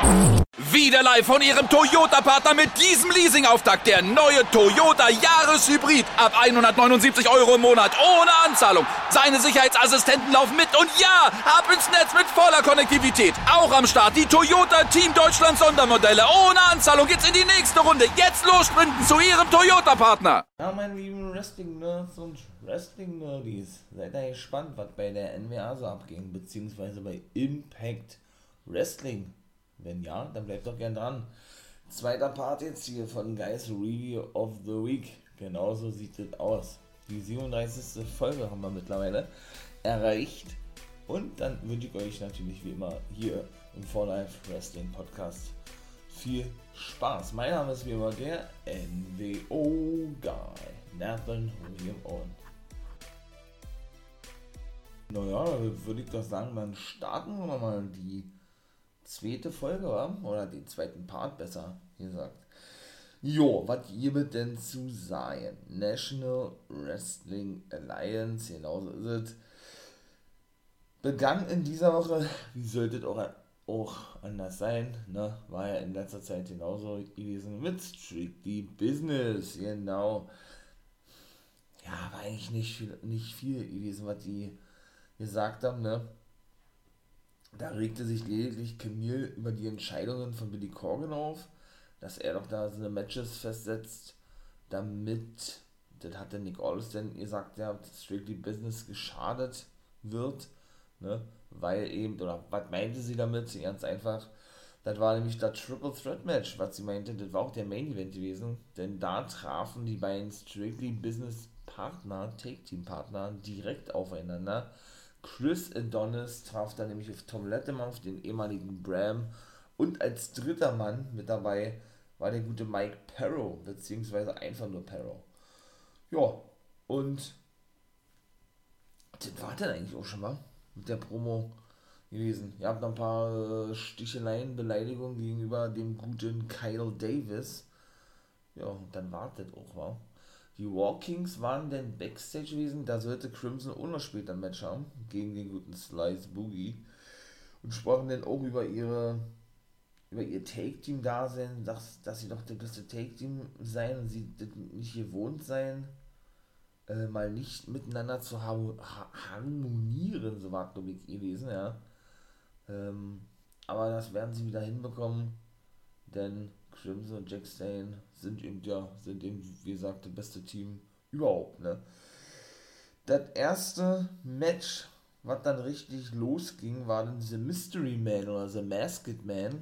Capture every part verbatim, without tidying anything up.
Wieder live von Ihrem Toyota-Partner mit diesem Leasing-Auftakt. Der neue Toyota Jahreshybrid. Ab hundertneunundsiebzig Euro im Monat. Ohne Anzahlung. Seine Sicherheitsassistenten laufen mit. Und ja, ab ins Netz mit voller Konnektivität. Auch am Start die Toyota Team Deutschland Sondermodelle. Ohne Anzahlung geht's in die nächste Runde. Jetzt los sprinten zu Ihrem Toyota-Partner. Ja, meine lieben Wrestling-Nerds und Wrestling-Nerdies. Seid ihr gespannt, was bei der N W A so abging. Beziehungsweise bei Impact Wrestling. Wenn ja, dann bleibt doch gern dran. Zweiter Part jetzt hier von Guys Review of the Week. Genauso sieht es aus. Die siebenunddreißigste Folge haben wir mittlerweile erreicht. Und dann wünsche ich euch natürlich wie immer hier im For Life Wrestling Podcast viel Spaß. Mein Name ist wie immer der N W O-Guy, Nathan William Owen. Naja, würde ich doch sagen, dann starten wir mal die zweite Folge, war? Oder den zweiten Part, besser gesagt. Jo, was gibt denn zu sagen? National Wrestling Alliance, genauso ist es. Begann in dieser Woche, wie sollte es auch, auch anders sein, ne? War ja in letzter Zeit genauso gewesen mit Strictly Business, genau. Ja, war eigentlich nicht viel, nicht viel gewesen, was die gesagt haben, ne? Da regte sich lediglich Camille über die Entscheidungen von Billy Corgan auf, dass er doch da so eine Matches festsetzt, damit, das hatte Nick Aldis denn gesagt, ja, Strictly Business geschadet wird, ne, weil eben, oder was meinte sie damit? Ganz einfach, das war nämlich das Triple Threat Match, was sie meinte, das war auch der Main Event gewesen, denn da trafen die beiden Strictly Business Partner, Take Team Partner, direkt aufeinander. Chris Adonis traf dann nämlich auf Tom Latimer, auf den ehemaligen Bram, und als dritter Mann mit dabei war der gute Mike Perro, beziehungsweise einfach nur Perro. Ja, und das war dann eigentlich auch schon mal mit der Promo gewesen. Ihr habt noch ein paar Sticheleien, Beleidigungen gegenüber dem guten Kyle Davis. Ja, und dann war das auch, wa? Die War Kings waren dann Backstage gewesen, da sollte Crimson auch noch später ein Match haben, gegen den guten Slice Boogie, und sprachen dann auch über ihre, über ihr Take-Team da sein, dass, dass sie doch das beste Take-Team seien und sie das nicht gewohnt seien, äh, mal nicht miteinander zu ha- harmonieren, so war glaube ich gewesen, ja. Ähm, aber das werden sie wieder hinbekommen, denn Crimson und Jack Stane sind eben, ja, sind eben, wie gesagt, das beste Team überhaupt, ne. Das erste Match, was dann richtig losging, war dann The Mystery Man oder The Masked Man.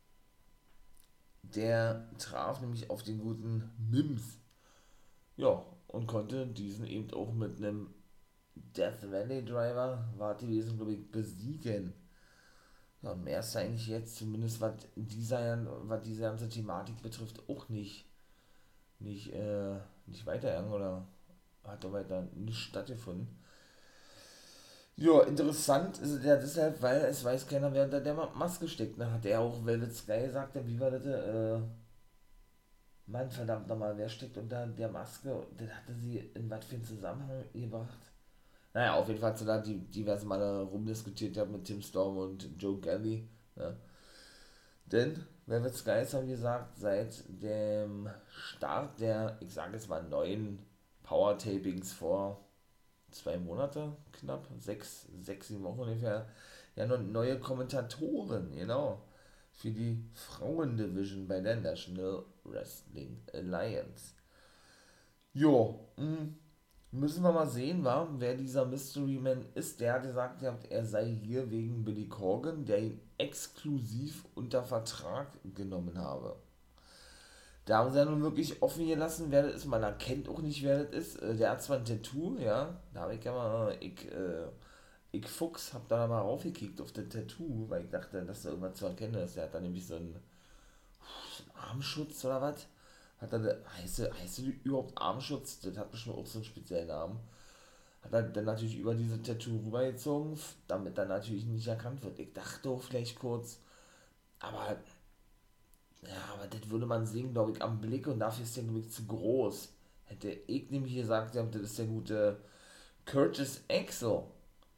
Der traf nämlich auf den guten Mims. Ja, und konnte diesen eben auch mit einem Death Valley Driver, war gewesen, glaube ich, besiegen. Ja, mehr ist eigentlich jetzt, zumindest was dieser, was diese ganze Thematik betrifft, auch nicht, nicht, äh, nicht weitergegangen oder hat da weiter nicht stattgefunden. Ja, interessant ist es ja deshalb, weil es weiß keiner, wer unter der Maske steckt. Da hat er auch Velvet Sky gesagt, wie war das, äh, Mann, verdammt nochmal, wer steckt unter der Maske? Das hatte sie in was für einen Zusammenhang gebracht? Naja, auf jeden Fall hat sie da die diverse Male rumdiskutiert ja, mit Tim Storm und Joe Galli. Ja. Denn Velvet Skies haben gesagt, seit dem Start der, ich sage jetzt mal, neuen Power-Tapings vor zwei Monate, knapp, sechs, sechs, sieben Wochen ungefähr, ja, noch neue Kommentatoren, genau, für die Frauendivision bei der National Wrestling Alliance. Jo, mh. Müssen wir mal sehen, wa, wer dieser Mystery Man ist. Der hat gesagt, er sei hier wegen Billy Corgan, der ihn exklusiv unter Vertrag genommen habe. Da haben sie ja nun wirklich offen gelassen, wer das ist. Man erkennt auch nicht, wer das ist. Der hat zwar ein Tattoo, ja. Da habe ich ja mal, ich, äh, ich Fuchs, hab da mal raufgekickt auf das Tattoo, weil ich dachte, dass da irgendwas zu erkennen ist. Der hat da nämlich so einen, so einen Armschutz oder was. Hat er, heißt er, heißt er überhaupt Armschutz? Das hat bestimmt auch so einen speziellen Namen. Hat er dann natürlich über diese Tattoo rübergezogen, damit er natürlich nicht erkannt wird. Ich dachte auch vielleicht kurz, aber ja, aber das würde man sehen, glaube ich, am Blick, und dafür ist der, glaube ich, zu groß. Hätte ich nämlich gesagt, das ist der gute Curtis Axel.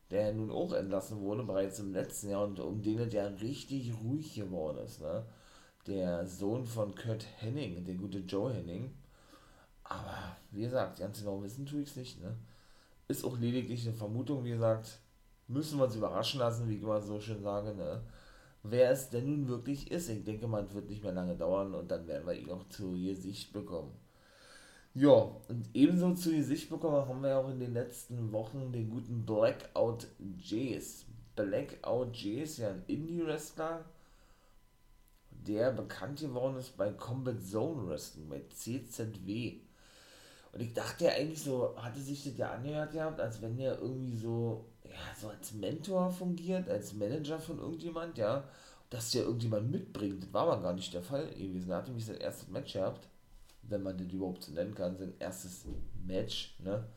der nun auch entlassen wurde, bereits im letzten Jahr und um den es ja richtig ruhig geworden ist, ne? Der Sohn von Kurt Hennig, der gute Joe Hennig. Aber wie gesagt, ganz genau wissen tue ich es nicht, ne? Ist auch lediglich eine Vermutung, wie gesagt, müssen wir uns überraschen lassen, wie ich immer so schön sage, ne? Wer es denn nun wirklich ist. Ich denke mal, es wird nicht mehr lange dauern und dann werden wir ihn auch zu Gesicht bekommen. Ja, und ebenso zu Gesicht bekommen haben wir ja auch in den letzten Wochen den guten Blackout Jace. Blackout Jace, ja ein Indie-Wrestler, der bekannt geworden ist bei Combat Zone Wrestling, bei C Z W. Und ich dachte ja eigentlich so, hatte sich das ja angehört gehabt, als wenn der irgendwie so, ja, so als Mentor fungiert, als Manager von irgendjemand, ja, dass der irgendjemand mitbringt. Das war aber gar nicht der Fall gewesen. Da hatte mich sein erstes Match gehabt, wenn man das überhaupt so nennen kann, sein erstes Match, ne.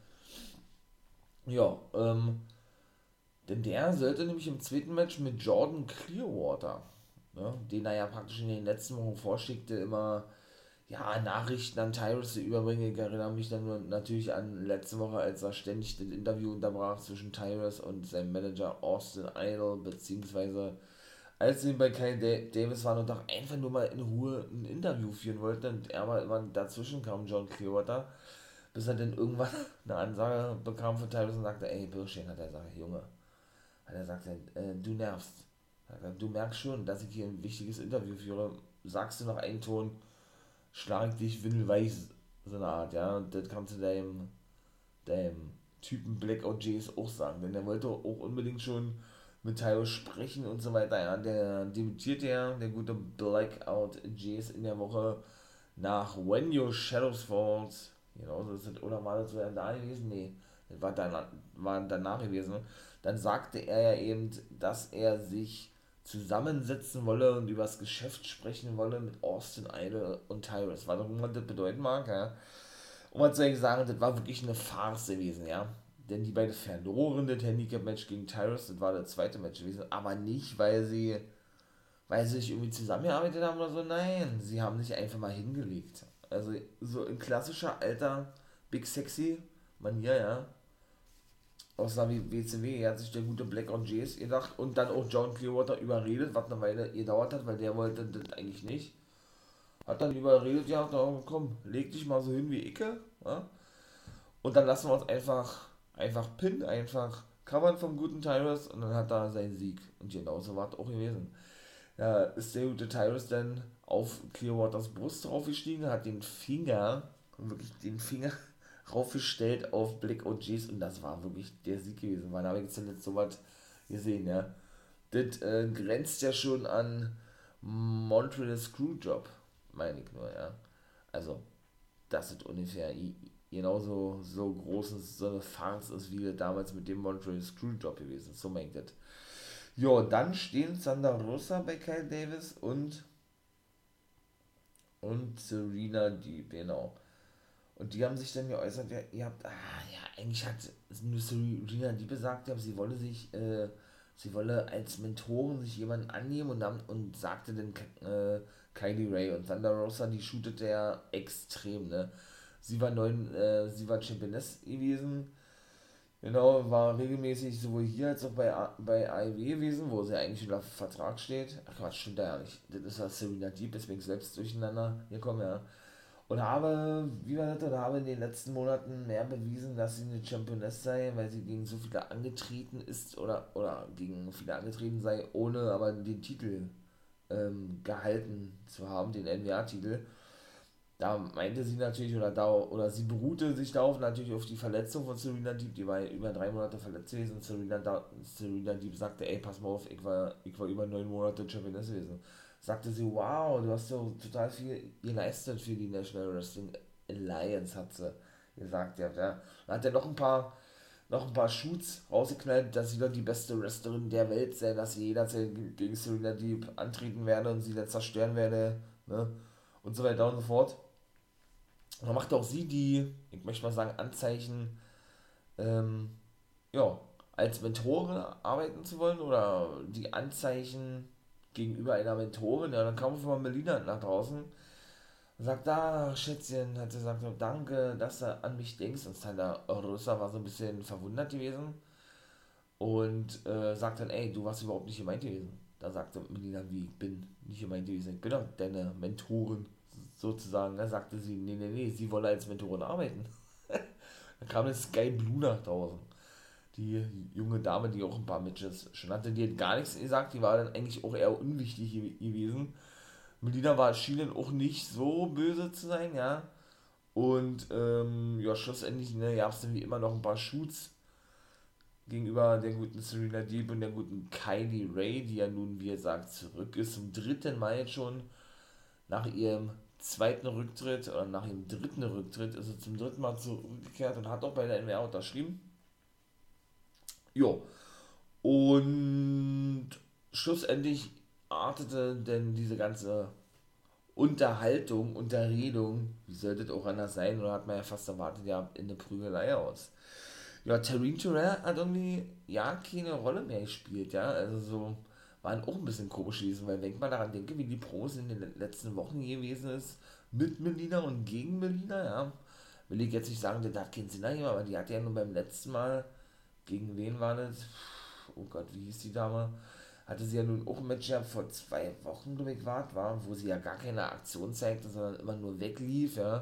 Ja, ähm, denn der sollte nämlich im zweiten Match mit Jordan Clearwater, ne, den er ja praktisch in den letzten Wochen vorschickte, immer ja, Nachrichten an Tyrus zu überbringen. Ich erinnere mich dann nur natürlich an letzte Woche, als er ständig das Interview unterbrach zwischen Tyrus und seinem Manager Austin Idol, beziehungsweise als sie bei Kyle Davis waren und doch einfach nur mal in Ruhe ein Interview führen wollte und er mal immer dazwischen kam, John Clearwater, bis er dann irgendwann eine Ansage bekam von Tyrus und sagte, ey Birschchen, hat er gesagt, Junge, hat er gesagt, äh, du nervst. Hat er, du merkst schon, dass ich hier ein wichtiges Interview führe, sagst du noch einen Ton, schlag dich windelweich, so eine Art, ja, und das kannst du deinem, deinem Typen Blackout Jace auch sagen, denn der wollte auch unbedingt schon mit Tyrus sprechen und so weiter, ja, der debütiert ja, der gute Blackout Jace in der Woche nach When Your Shadows Falls, genau so ist es, oder war das so da gewesen? Nee, das war danach, war danach gewesen, dann sagte er ja eben, dass er sich zusammensetzen wolle und über das Geschäft sprechen wolle mit Austin Idol und Tyrus. Was auch immer das bedeuten mag, ja. Und man soll ich sagen, das war wirklich eine Farce gewesen, ja. Denn die beiden verloren das Handicap-Match gegen Tyrus, das war das zweite Match gewesen, aber nicht, weil sie, weil sie sich irgendwie zusammengearbeitet haben oder so, nein, sie haben sich einfach mal hingelegt. Also so in klassischer alter Big Sexy Manier, ja. Aus der W C W hat sich der gute Blackout Jace gedacht und dann auch John Clearwater überredet, was eine Weile gedauert hat, weil der wollte das eigentlich nicht. Hat dann überredet, ja, komm, leg dich mal so hin wie Icke, ja? Und dann lassen wir uns einfach, einfach pinnen, einfach covern vom guten Tyrus und dann hat er seinen Sieg. Und genauso war es auch gewesen. Da ist der gute Tyrus dann auf Clearwaters Brust draufgestiegen, hat den Finger, wirklich den Finger raufgestellt auf Blackout Jace und das war wirklich der Sieg gewesen, weil da habe ich zuletzt so was gesehen, ja. Das äh, grenzt ja schon an Montreal Screwjob, meine ich nur, ja. Also, das ist ungefähr genauso so groß und so eine Farce ist, wie das damals mit dem Montreal Screwjob gewesen ist, so meint das. Jo, dann stehen Thunder Rosa bei Kyle Davis und und Serena Deeb, genau. Und die haben sich dann geäußert, ja, ihr habt, ah, ja, eigentlich hat nur Serena Deeb gesagt, ja, sie wolle sich, äh, sie wolle als Mentorin sich jemanden annehmen und, dann, und sagte dann äh, Kylie Ray und Thunder Rosa, die shootete ja extrem, ne. Sie war neun, äh, sie war Championess gewesen, genau, war regelmäßig sowohl hier als auch bei, bei A E W gewesen, wo sie eigentlich unter Vertrag steht. Ach Quatsch, stimmt da ja nicht. Das ist ja Serena Deeb, deswegen selbst durcheinander gekommen, ja. Und habe, wie war das, oder habe in den letzten Monaten mehr bewiesen, dass sie eine Championess sei, weil sie gegen so viele angetreten ist oder, oder gegen viele angetreten sei, ohne aber den Titel ähm, gehalten zu haben, den N W A-Titel. Da meinte sie natürlich, oder da, oder sie beruhte sich darauf natürlich auf die Verletzung von Serena Deeb, die war ja über drei Monate verletzt gewesen. Serena, da, Serena Deeb sagte, ey, pass mal auf, ich war, ich war über neun Monate Championess gewesen. Sagte sie, wow, du hast so total viel geleistet für die National Wrestling Alliance, hat sie gesagt, ja. Dann hat er noch ein paar, noch ein paar Shoots rausgeknallt, dass sie dann die beste Wrestlerin der Welt sei, dass sie jederzeit gegen Serena Deeb antreten werde und sie dann zerstören werde, ne, und so weiter und so fort. Und dann macht auch sie die, ich möchte mal sagen, Anzeichen, ähm, ja, als Mentorin arbeiten zu wollen oder die Anzeichen gegenüber einer Mentorin. Ja, dann kam von Melina nach draußen und sagt, da, Schätzchen, hat sie gesagt, danke, dass du an mich denkst. Und Thunder Rosa war so ein bisschen verwundert gewesen. und äh, sagt dann, ey, du warst überhaupt nicht gemeint gewesen. Da sagte Melina, wie, ich bin nicht gemeint gewesen, ich bin doch deine Mentorin sozusagen. Da sagte sie, nee, nee, nee, sie wolle als Mentorin arbeiten. Da kam eine Sky Blue nach draußen. Die junge Dame, die auch ein paar Matches schon hatte, die hat gar nichts gesagt, die war dann eigentlich auch eher unwichtig gewesen. Melina war, schien dann auch nicht so böse zu sein, ja. Und ähm, ja, schlussendlich ne, gab es dann wie immer noch ein paar Shoots gegenüber der guten Serena Deeb und der guten Kylie Ray, die ja nun, wie gesagt, zurück ist, zum dritten Mal jetzt schon nach ihrem zweiten Rücktritt oder nach ihrem dritten Rücktritt ist sie zum dritten Mal zurückgekehrt und hat auch bei der N W A unterschrieben. Jo. Und schlussendlich artete denn diese ganze Unterhaltung, Unterredung, wie sollte es auch anders sein, oder hat man ja fast erwartet, ja, in eine Prügelei aus. Ja, Tareen Terrell hat irgendwie, ja, keine Rolle mehr gespielt, ja, also so, waren auch ein bisschen komisch gewesen, weil wenn ich mal daran denke, wie die Pros in den letzten Wochen gewesen ist, mit Melina und gegen Melina, ja, will ich jetzt nicht sagen, das hat keinen Sinn ergeben, aber die hat ja nun beim letzten Mal, gegen wen war das? Oh Gott, wie hieß die Dame? Hatte sie ja nun auch ein Match ja vor zwei Wochen, glaube ich, war, war, wo sie ja gar keine Aktion zeigte, sondern immer nur weglief, ja.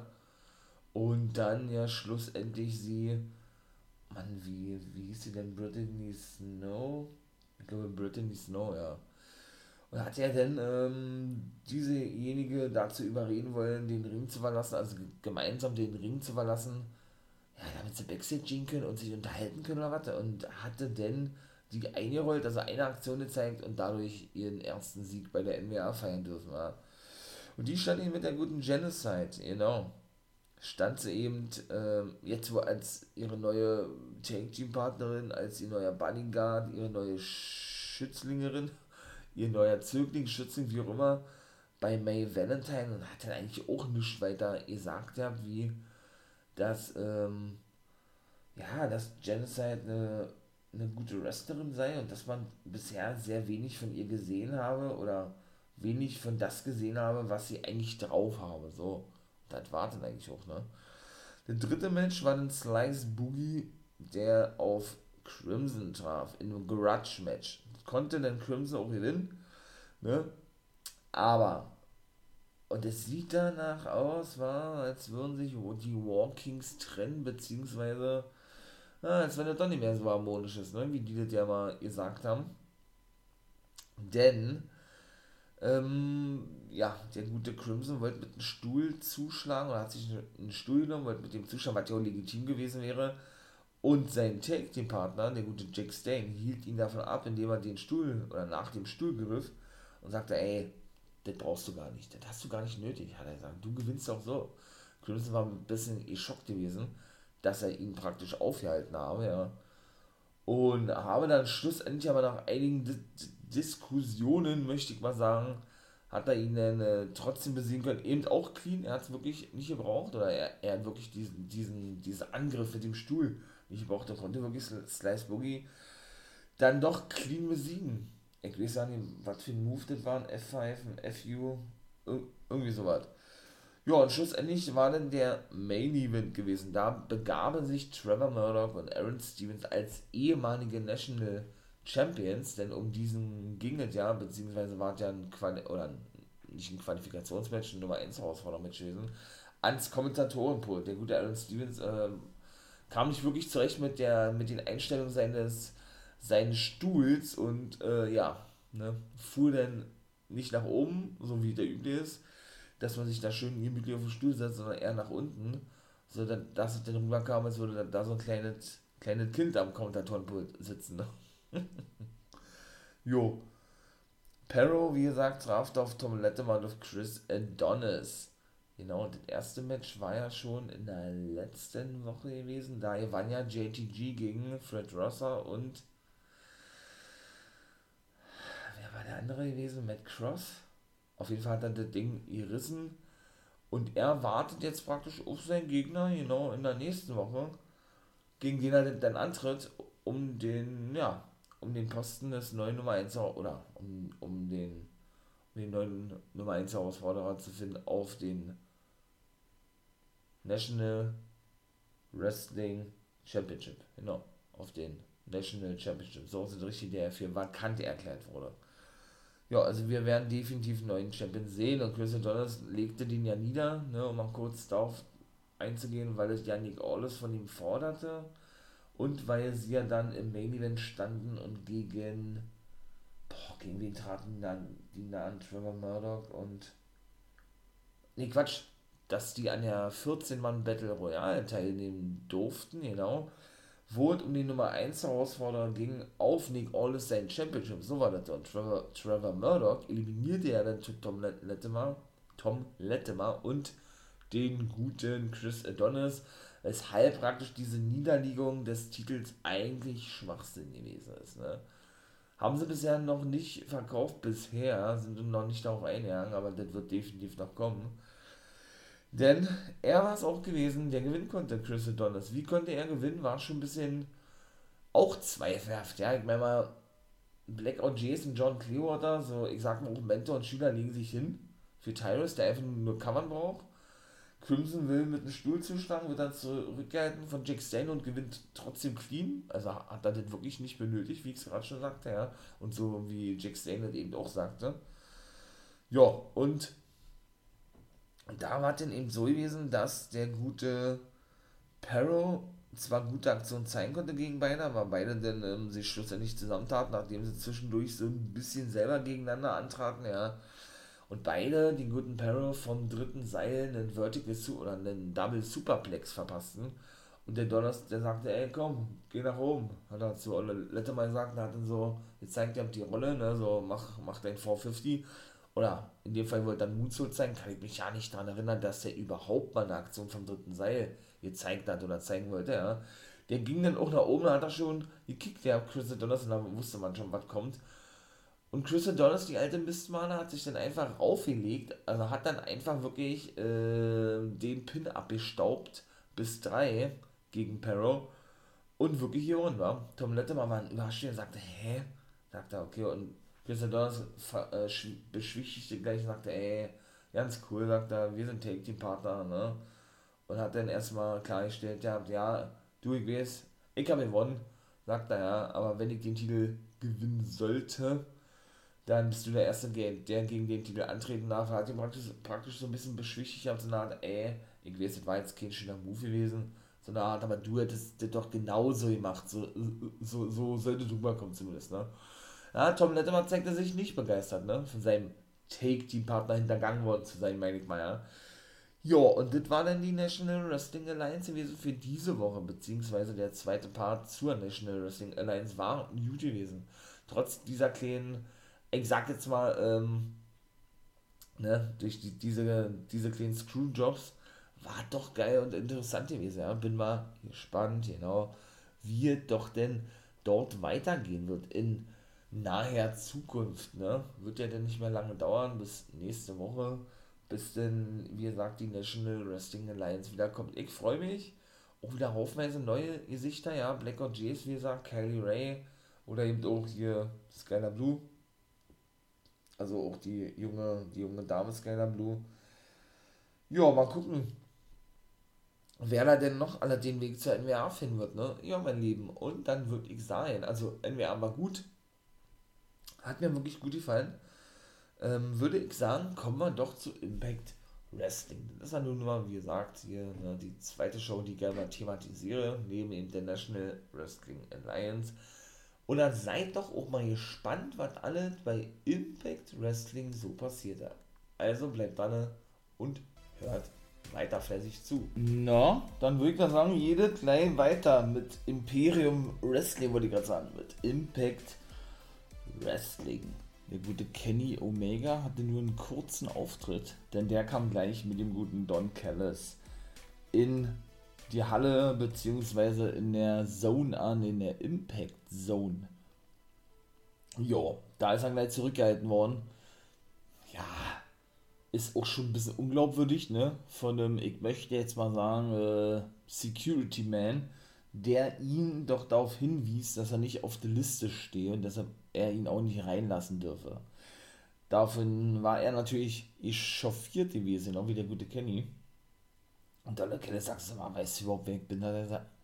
Und dann ja schlussendlich sie, Mann, wie, wie hieß sie denn? Brittany Snow? Ich glaube Brittany Snow, ja. Und hat ja dann ähm, diesejenige dazu überreden wollen, den Ring zu verlassen, also gemeinsam den Ring zu verlassen, ja, damit sie Backstage gehen können und sich unterhalten können oder was. Und hatte denn die eingerollt, also eine Aktion gezeigt und dadurch ihren ersten Sieg bei der N W A feiern dürfen. Ja. Und die stand eben mit der guten Genocide, genau. Stand sie eben äh, jetzt wo als ihre neue Tag-Team-Partnerin, als ihr neuer Bodyguard, ihre neue Schützlingerin, ihr neuer Zögling, Schützling, wie auch immer, bei May Valentine und hat dann eigentlich auch nichts weiter gesagt, ja, wie dass, ähm, ja, dass Genocide eine, eine gute Wrestlerin sei und dass man bisher sehr wenig von ihr gesehen habe oder wenig von das gesehen habe, was sie eigentlich drauf habe. So, das war dann eigentlich auch, ne? Der dritte Match war dann Slice Boogie, der auf Crimson traf, in einem Garage-Match. Konnte dann Crimson auch gewinnen, ne? Aber, und es sieht danach aus, war, als würden sich die War Kings trennen, beziehungsweise, ja, als wenn das doch nicht mehr so harmonisch ist, ne? Wie die das ja mal gesagt haben. Denn, ähm, ja, der gute Crimson wollte mit einem Stuhl zuschlagen oder hat sich einen Stuhl genommen, wollte mit dem zuschlagen, was ja auch legitim gewesen wäre. Und sein Tag-Team-Partner, der gute Jack Stane, hielt ihn davon ab, indem er den Stuhl oder nach dem Stuhl griff und sagte, ey, das brauchst du gar nicht, das hast du gar nicht nötig, hat er gesagt, du gewinnst auch so. Crimson war ein bisschen geschockt gewesen, dass er ihn praktisch aufgehalten habe, ja. Und habe dann schlussendlich aber nach einigen Di- Diskussionen, möchte ich mal sagen, hat er ihn dann äh, trotzdem besiegen können. Eben auch clean, er hat es wirklich nicht gebraucht, oder er, er hat wirklich diesen, diesen, diesen Angriff mit dem Stuhl nicht gebraucht. Er konnte wirklich Slice Boogie dann doch clean besiegen. Ich weiß auch nicht, was für ein Move das war, ein F fünf, ein F U, ir- irgendwie sowas. Ja, und schlussendlich war dann der Main Event gewesen. Da begaben sich Trevor Murdoch und Aaron Stevens als ehemalige National Champions, denn um diesen ging es ja, beziehungsweise war es ja ein Quali oder nicht ein Qualifikationsmatch, ein Nummer eins Herausforderungsmatch gewesen, ans Kommentatorenpult. Der gute Aaron Stevens äh, kam nicht wirklich zurecht mit der mit den Einstellungen seines seines Stuhls und äh, ja, ne, fuhr dann nicht nach oben, so wie der üblich ist, dass man sich da schön gemütlich auf den Stuhl setzt, sondern eher nach unten, so dass, dass es dann rüberkam, als würde da, da so ein kleines, kleines Kind am Kommentatorenpult sitzen. Ne? Jo. Perro, wie gesagt, traf da auf Tom Letterman und auf Chris Adonis. Genau, und das erste Match war ja schon in der letzten Woche gewesen. Da gewann ja J T G gegen Fred Rosser und wer war der andere gewesen? Matt Cross? Auf jeden Fall hat er das Ding gerissen. Und er wartet jetzt praktisch auf seinen Gegner, genau, in der nächsten Woche, gegen den er dann antritt, um den, ja, um den Posten des neuen Nummer eins oder um, um den, um den neuen Nummer eins Herausforderer zu finden auf den National Wrestling Championship. Genau, auf den National Championship. So sind richtig, der für vakant erklärt wurde. Ja, also wir werden definitiv einen neuen Champion sehen und Chris Adonis legte den ja nieder, ne, um mal kurz darauf einzugehen, weil es ja Nick Aldis von ihm forderte und weil sie ja dann im Main Event standen und gegen, boah, gegen wen traten dann die da an? Trevor Murdoch und, ne Quatsch, dass die an der vierzehn Mann Battle Royale teilnehmen durften, genau, wo es um die Nummer eins Herausforderer ging auf Nick Aldis sein Championship, so war das. Und Trevor, Trevor Murdoch eliminierte ja dann Tom Latimer, Tom Latimer und den guten Chris Adonis, weshalb praktisch diese Niederlegung des Titels eigentlich Schwachsinn gewesen ist. Ne? Haben sie bisher noch nicht verkauft, bisher sind noch nicht darauf eingegangen, aber das wird definitiv noch kommen. Denn er war es auch gewesen, der gewinnen konnte, Chris Adonis. Wie konnte er gewinnen, war schon ein bisschen auch zweifelhaft. Ja, ich meine mal, Blackout Jason, John Clearwater, so ich sag mal auch Mentor und Schüler legen sich hin für Tyrus, der einfach nur Covern braucht. Crimson will mit einem Stuhl zuschlagen, wird dann zurückgehalten von Jack Stein und gewinnt trotzdem clean. Also hat er das wirklich nicht benötigt, wie ich es gerade schon sagte, ja. Und so wie Jack Stein das eben auch sagte. Ja, und da war es dann eben so gewesen, dass der gute Perro zwar gute Aktionen zeigen konnte gegen beide, aber beide dann ähm, sich schlussendlich zusammentaten, nachdem sie zwischendurch so ein bisschen selber gegeneinander antraten, ja. Und beide, den guten Perro vom dritten Seil einen Vertical Su- oder einen Double Superplex verpassten. Und der Donners, der sagte, ey komm, geh nach oben. Hat er zu Olle Letterman gesagt, hat dann so, jetzt zeigt er die Rolle, ne, so mach, mach dein vierhundertfünfzig. Oder in dem Fall wollte er dann Moonsault zeigen, kann ich mich ja nicht daran erinnern, dass er überhaupt mal eine Aktion vom dritten Seil gezeigt hat oder zeigen wollte, ja. Der ging dann auch nach oben, da hat er schon gekickt, der Chris Adonis, und da wusste man schon, was kommt. Und Chris Adonis, die alte Mistmane, hat sich dann einfach raufgelegt, also hat dann einfach wirklich äh, den Pin abgestaubt bis drei gegen Perro und wirklich gewonnen war. Tom Latimer war überrascht und sagte, hä? Sagt er, okay, und Chris Adonis äh, beschwichtigte gleich und sagte, ey, ganz cool, sagt er, wir sind Take-Team-Partner, ne? Und hat dann erstmal klargestellt, ja, ja, du, ich weiß, ich habe gewonnen, sagt er, ja, aber wenn ich den Titel gewinnen sollte, dann bist du der Erste, der gegen den Titel antreten darf. Hat ihn praktisch, praktisch so ein bisschen beschwichtigt auf so eine Art, ey, ich weiß, das war jetzt kein schöner Move gewesen, so eine Art, aber du hättest das doch genauso gemacht, so, so, so sollte du rüberkommen zumindest, ne. Ja, Tom Latimer zeigte sich nicht begeistert, ne, von seinem Take-Team-Partner hintergangen worden zu sein, meine ich mal, ja. Ja, und das war dann die National Wrestling Alliance gewesen für diese Woche, beziehungsweise der zweite Part zur National Wrestling Alliance war gut gewesen. Trotz dieser kleinen, ich sag jetzt mal, ähm, ne, durch die, diese, diese kleinen Screwjobs, war doch geil und interessant gewesen, ja. Bin mal gespannt, genau, wie es doch denn dort weitergehen wird in naher Zukunft, ne. Wird ja dann nicht mehr lange dauern, bis nächste Woche, bis denn, wie gesagt, die National Wrestling Alliance wiederkommt. Ich freue mich, auch wieder haufenweise neue Gesichter, ja, Blackout Jace, wie gesagt, Kylie Ray, oder eben auch hier Skylar Blue, also auch die junge, die junge Dame Skylar Blue. Ja, mal gucken, wer da denn noch alle den Weg zur N W A finden wird, ne? Ja, mein Lieben, und dann würde ich sagen, also N W A war gut, hat mir wirklich gut gefallen. Ähm, würde ich sagen, kommen wir doch zu Impact Wrestling. Das ist ja nun mal, wie gesagt, hier ne, die zweite Show, die ich gerne mal thematisiere, neben eben der National Wrestling Alliance. Und dann seid doch auch mal gespannt, was alles bei Impact Wrestling so passiert hat. Also bleibt dran und hört weiter fleißig zu. Na, dann würde ich da sagen, jede gleich weiter mit Imperium Wrestling, wollte ich gerade sagen, mit Impact Wrestling. Der gute Kenny Omega hatte nur einen kurzen Auftritt, denn der kam gleich mit dem guten Don Callis in die Halle beziehungsweise in der Zone an, in der Impact Zone. Jo, da ist er gleich zurückgehalten worden. Ja, ist auch schon ein bisschen unglaubwürdig, ne? Von einem, ich möchte jetzt mal sagen, äh, Security Man, der ihn doch darauf hinwies, dass er nicht auf der Liste stehe und deshalb er ihn auch nicht reinlassen dürfe. Davon war er natürlich echauffiert gewesen, genau wie der gute Kenny. Und dann der Kenny sagt, mal, weißt du überhaupt, wer ich bin? Da sagt,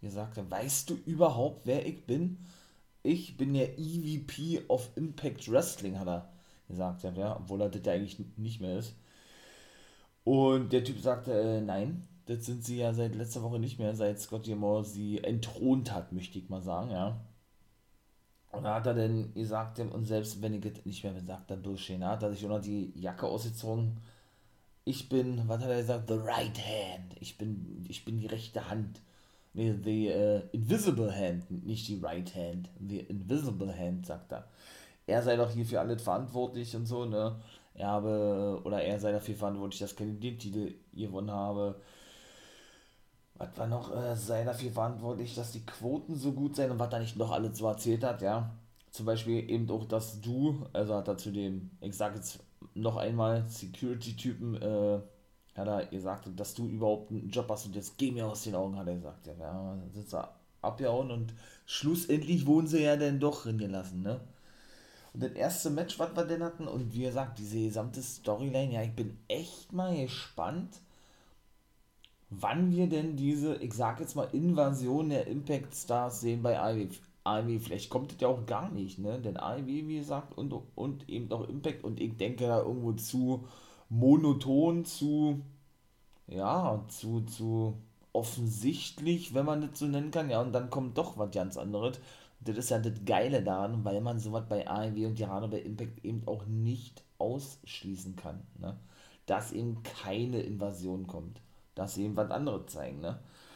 Wie sagte, weißt du überhaupt, wer ich bin? Ich bin der E V P of Impact Wrestling, hat er gesagt, ja, obwohl er das ja eigentlich nicht mehr ist. Und der Typ sagte, äh, nein, das sind sie ja seit letzter Woche nicht mehr, seit Scott D'Amore sie entthront hat, möchte ich mal sagen, ja. Und da hat er dann gesagt, und selbst wenn ich es nicht mehr sagt, dann durchstehen, hat er sich auch noch die Jacke ausgezogen. Ich bin, was hat er gesagt, the right hand. Ich bin, ich bin die rechte Hand. Nee, the uh, invisible hand, nicht die right hand. The invisible hand, sagt er. Er sei doch hier für alles verantwortlich und so, ne? Er habe, oder er sei dafür verantwortlich, dass Kenny den Titel gewonnen habe. Was war noch, äh, sei dafür verantwortlich, dass die Quoten so gut seien und was er nicht noch alles so erzählt hat, ja. Zum Beispiel eben auch, dass du, also hat er zu dem, ich sag jetzt noch einmal, Security-Typen, äh, hat er gesagt, dass du überhaupt einen Job hast und jetzt geh mir aus den Augen, hat er gesagt. Ja, ja, dann sind sie abgehauen und schlussendlich wurden sie ja dann doch hingelassen, ne. Und das erste Match, was wir denn hatten, und wie gesagt, diese gesamte Storyline, ja, ich bin echt mal gespannt, wann wir denn diese, ich sag jetzt mal, Invasion der Impact Stars sehen bei A E W. A E W, vielleicht kommt das ja auch gar nicht, ne? Denn A E W, wie gesagt, und, und eben auch Impact, und ich denke da irgendwo zu monoton, zu, ja, zu, zu offensichtlich, wenn man das so nennen kann, ja, und dann kommt doch was ganz anderes. Das ist ja das Geile daran, weil man sowas bei A E W und gerade bei Impact eben auch nicht ausschließen kann, ne? Dass eben keine Invasion kommt. Dass sie eben was anderes zeigen, ne?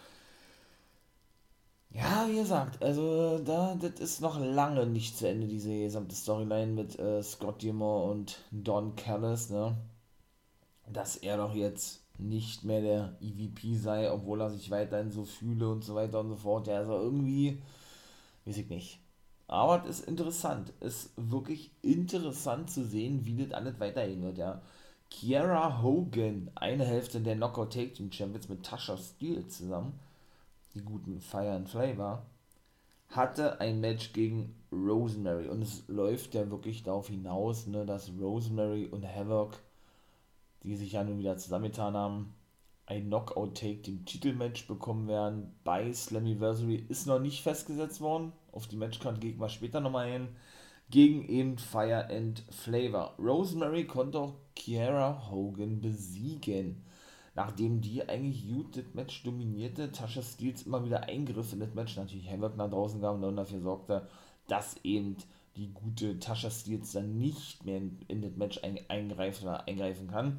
Ja, wie gesagt, also da, das ist noch lange nicht zu Ende, diese gesamte Storyline mit äh, Scott D'Amore und Don Callis, ne? Dass er doch jetzt nicht mehr der E V P sei, obwohl er sich weiterhin so fühle und so weiter und so fort. Ja, also irgendwie, weiß ich nicht. Aber es ist interessant, es ist wirklich interessant zu sehen, wie das alles weitergehen wird, ja. Kiera Hogan, eine Hälfte der Knockout Take Team Champions mit Tasha Steelz zusammen, die guten Fire and Flavor, hatte ein Match gegen Rosemary. Und es läuft ja wirklich darauf hinaus, ne, dass Rosemary und Havoc, die sich ja nun wieder zusammengetan haben, ein Knockout Take Team Titelmatch bekommen werden. Bei Slammiversary ist noch nicht festgesetzt worden. Auf die Matchcard gehen wir später nochmal hin. Gegen eben Fire and Flavor. Rosemary konnte auch Kiera Hogan besiegen. Nachdem die eigentlich gut das Match dominierte, Tasha Steelz immer wieder Eingriff in das Match, natürlich Havoc nach draußen gab und dann dafür sorgte, dass eben die gute Tasha Steelz dann nicht mehr in, in das Match ein, eingreifen oder eingreifen kann.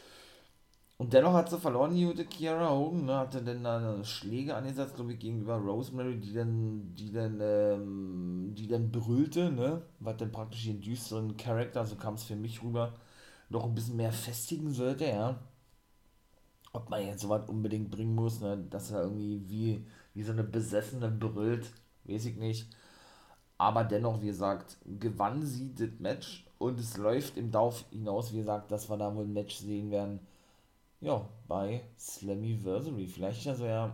Und dennoch hat sie verloren, die gute Kiera Hogan, ne, hatte dann da Schläge angesetzt, glaube ich, gegenüber Rosemary, die dann, die dann, ähm, die dann brüllte, ne, was dann praktisch den düsteren Charakter, so kam es für mich rüber, noch ein bisschen mehr festigen sollte, ja. Ob man jetzt sowas unbedingt bringen muss, ne, dass er irgendwie wie, wie so eine Besessene brüllt, weiß ich nicht. Aber dennoch, wie gesagt, gewann sie das Match und es läuft im Lauf hinaus, wie gesagt, dass wir da wohl ein Match sehen werden, ja, bei Slammiversary. Vielleicht also ja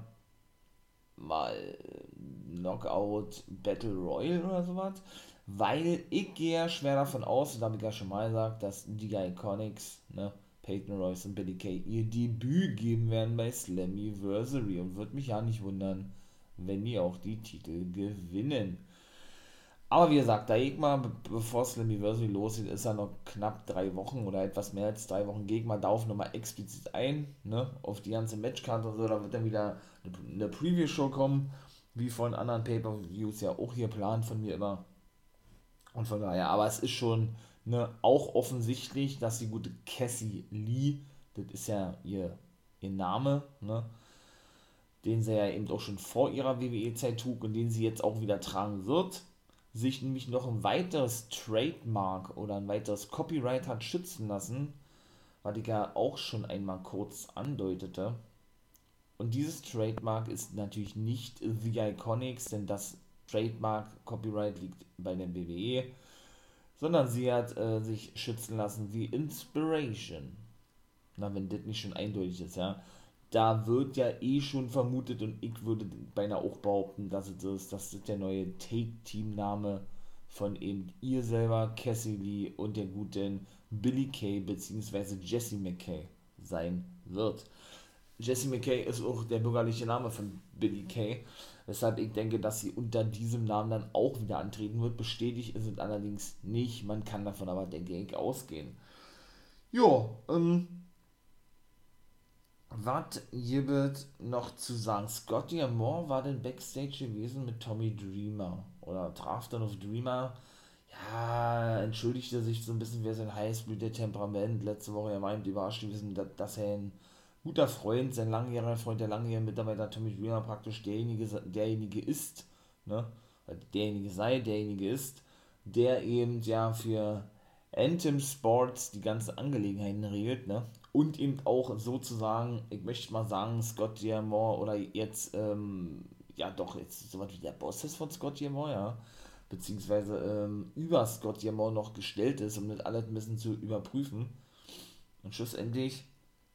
mal Knockout Battle Royale oder sowas. Weil ich gehe ja schwer davon aus, und da habe ich ja schon mal gesagt, dass die Iconics, ne, Peyton Royce und Billie Kay, ihr Debüt geben werden bei Slammiversary. Und würde mich ja nicht wundern, wenn die auch die Titel gewinnen. Aber wie gesagt, da ich mal, bevor Slammiversary losgeht, ist ja noch knapp drei Wochen oder etwas mehr als drei Wochen, gehe ich mal darauf nochmal explizit ein, ne, auf die ganze Matchkarte und so, da wird dann wieder eine Preview-Show kommen, wie von anderen Pay-Per-Views ja auch hier geplant von mir immer. Und von daher, aber es ist schon, ne, auch offensichtlich, dass die gute Cassie Lee, das ist ja ihr, ihr Name, ne, den sie ja eben auch schon vor ihrer W W E-Zeit trug und den sie jetzt auch wieder tragen wird, sich nämlich noch ein weiteres Trademark oder ein weiteres Copyright hat schützen lassen, was ich ja auch schon einmal kurz andeutete. Und dieses Trademark ist natürlich nicht The Iconics, denn das Trademark Copyright liegt bei der W W E, sondern sie hat äh, sich schützen lassen The Inspiration. Na, wenn das nicht schon eindeutig ist, ja. Da wird ja eh schon vermutet und ich würde beinahe auch behaupten, dass es ist, dass das der neue Take-Team-Name von eben ihr selber, Cassie Lee und der guten Billie Kay bzw. Jessie McKay sein wird. Jessie McKay ist auch der bürgerliche Name von Billie Kay. Weshalb ich denke, dass sie unter diesem Namen dann auch wieder antreten wird. Bestätigt ist es allerdings nicht. Man kann davon aber, denke ich, ausgehen. Jo, ähm, was gibt noch zu sagen? Scotty Amore war denn Backstage gewesen mit Tommy Dreamer oder traf dann auf Dreamer. Ja, entschuldigte sich so ein bisschen für sein Heißblüter-Temperament. Letzte Woche er meint überrascht gewesen, dass, dass er ein guter Freund, sein langjähriger Freund, der langjährige Mitarbeiter Tommy Dreamer praktisch derjenige, derjenige ist, ne? Derjenige sei, derjenige ist, der eben ja für Anthem Sports die ganzen Angelegenheiten regelt, ne? Und eben auch sozusagen, ich möchte mal sagen, Scott D'Amore oder jetzt, ähm, ja doch, jetzt so was wie der Boss ist von Scott D'Amore, ja, beziehungsweise ähm, über Scott D'Amore noch gestellt ist, um das alles ein bisschen zu überprüfen. Und schlussendlich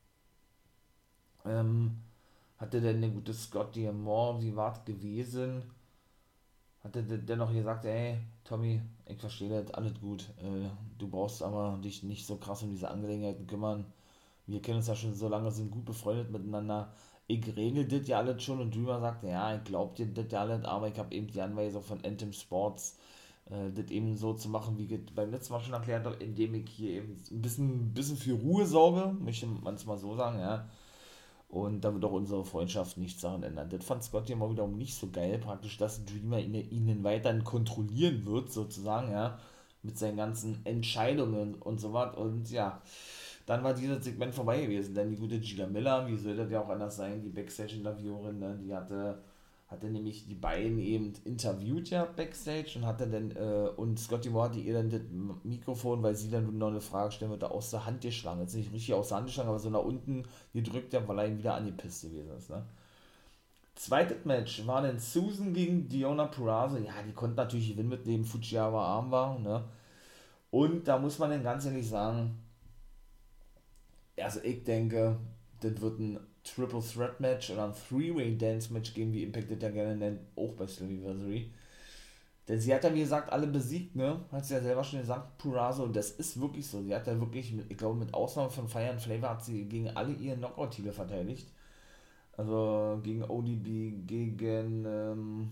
ähm, hatte denn der gute Scott D'Amore, wie war es gewesen, hatte der dennoch gesagt, ey, Tommy, ich verstehe das, alles gut, äh, du brauchst aber dich nicht so krass um diese Angelegenheiten kümmern. Wir kennen uns ja schon so lange, sind gut befreundet miteinander. Ich regel das ja alles schon und Dreamer sagt, ja, ich glaub dir das ja alles, aber ich habe eben die Anweisung von Anthem Sports, äh, das eben so zu machen, wie ich beim letzten Mal schon erklärt habe, indem ich hier eben ein bisschen, bisschen für Ruhe sorge, möchte man es mal so sagen, ja. Und da wird auch unsere Freundschaft nichts daran ändern. Das fand Scott ja mal wiederum nicht so geil, praktisch, dass Dreamer ihn, ihn weiterhin kontrollieren wird, sozusagen, ja, mit seinen ganzen Entscheidungen und so was. Und ja, dann war dieses Segment vorbei gewesen, denn die gute Gina Miller, wie soll das ja auch anders sein, die Backstage-Interviewerin, ne, die hatte, hatte nämlich die beiden eben interviewt ja Backstage und hatte dann, äh, und Scotty Moore hatte ihr dann das Mikrofon, weil sie dann noch eine Frage stellen wollte, aus der Hand geschlagen. Jetzt nicht richtig aus der Hand geschlagen, aber so nach unten gedrückt, ja, weil er ihn wieder angepisst gewesen ist, ne. Zweites Match war dann Susan gegen Deonna Purrazzo. Ja, die konnte natürlich gewinnen mit dem Fujiwara Armbar, ne. Und da muss man dann ganz ehrlich sagen, also ich denke, das wird ein Triple Threat Match oder ein Three-Way Dance Match geben, wie Impact das ja gerne nennt, auch bei Slammiversary. Denn sie hat ja, wie gesagt, alle besiegt, ne? Hat sie ja selber schon gesagt, Purrazzo, und das ist wirklich so. Sie hat ja wirklich, mit, ich glaube, mit Ausnahme von Fire and Flavor hat sie gegen alle ihre Knockout-Titel verteidigt. Also gegen O D B, gegen, ähm,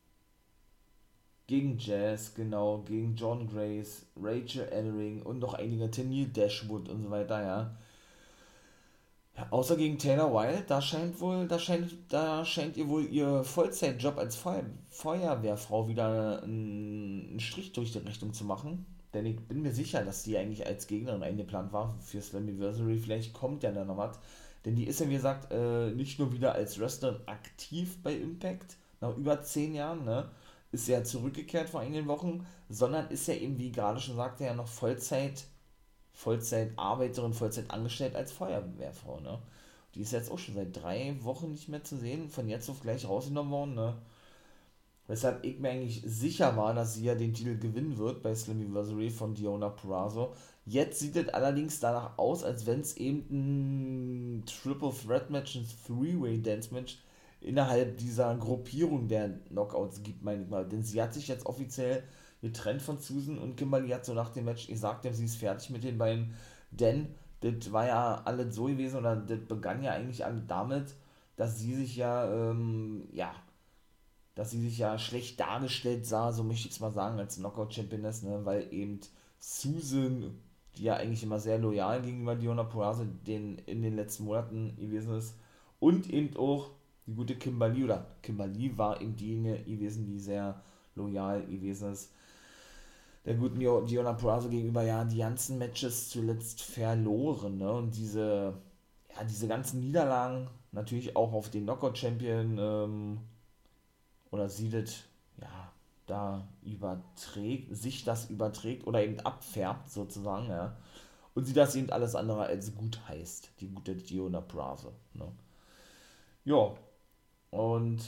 gegen Jazz, genau, gegen John Grace, Rachel Ellering und noch einige, Tennille Dashwood und so weiter, ja. Ja, außer gegen Taylor Wilde, da scheint wohl, da scheint, da scheint ihr wohl ihr Vollzeitjob als Feuer, Feuerwehrfrau wieder einen Strich durch die Rechnung zu machen. Denn ich bin mir sicher, dass die eigentlich als Gegnerin eingeplant war für Slammiversary. Vielleicht kommt ja da noch was. Denn die ist ja, wie gesagt, äh, nicht nur wieder als Wrestlerin aktiv bei Impact, nach über zehn Jahren, ne? Ist ja zurückgekehrt vor einigen Wochen, sondern ist ja eben, wie gerade schon sagte, ja noch Vollzeit Vollzeitarbeiterin, Vollzeit angestellt als Feuerwehrfrau, ne? Die ist jetzt auch schon seit drei Wochen nicht mehr zu sehen, von jetzt auf gleich rausgenommen worden, ne? Weshalb ich mir eigentlich sicher war, dass sie ja den Titel gewinnen wird bei Slammiversary von Deonna Purrazzo. Jetzt sieht es allerdings danach aus, als wenn es eben ein Triple Threat Match, ein Three-Way Dance Match innerhalb dieser Gruppierung der Knockouts gibt, meine ich mal. Denn sie hat sich jetzt offiziell getrennt von Susan und Kimberly hat so nach dem Match gesagt, sie ist fertig mit den beiden, denn das war ja alles so gewesen, oder das begann ja eigentlich alle damit, dass sie sich ja, ähm, ja, dass sie sich ja schlecht dargestellt sah, so möchte ich es mal sagen, als Knockout-Championess, ne, weil eben Susan, die ja eigentlich immer sehr loyal gegenüber Deonna Purrazzo den, in den letzten Monaten gewesen ist, und eben auch die gute Kimberly, oder Kimberly war eben diejenige gewesen, die sehr loyal gewesen ist, der guten Deonna Purrazzo gegenüber, ja, die ganzen Matches zuletzt verloren, ne, und diese, ja, diese ganzen Niederlagen, natürlich auch auf den Knockout-Champion, ähm, oder sie das, ja, da überträgt, sich das überträgt oder eben abfärbt, sozusagen, ja, und sie das eben alles andere als gut heißt, die gute Deonna Purrazzo, ne. Ja, und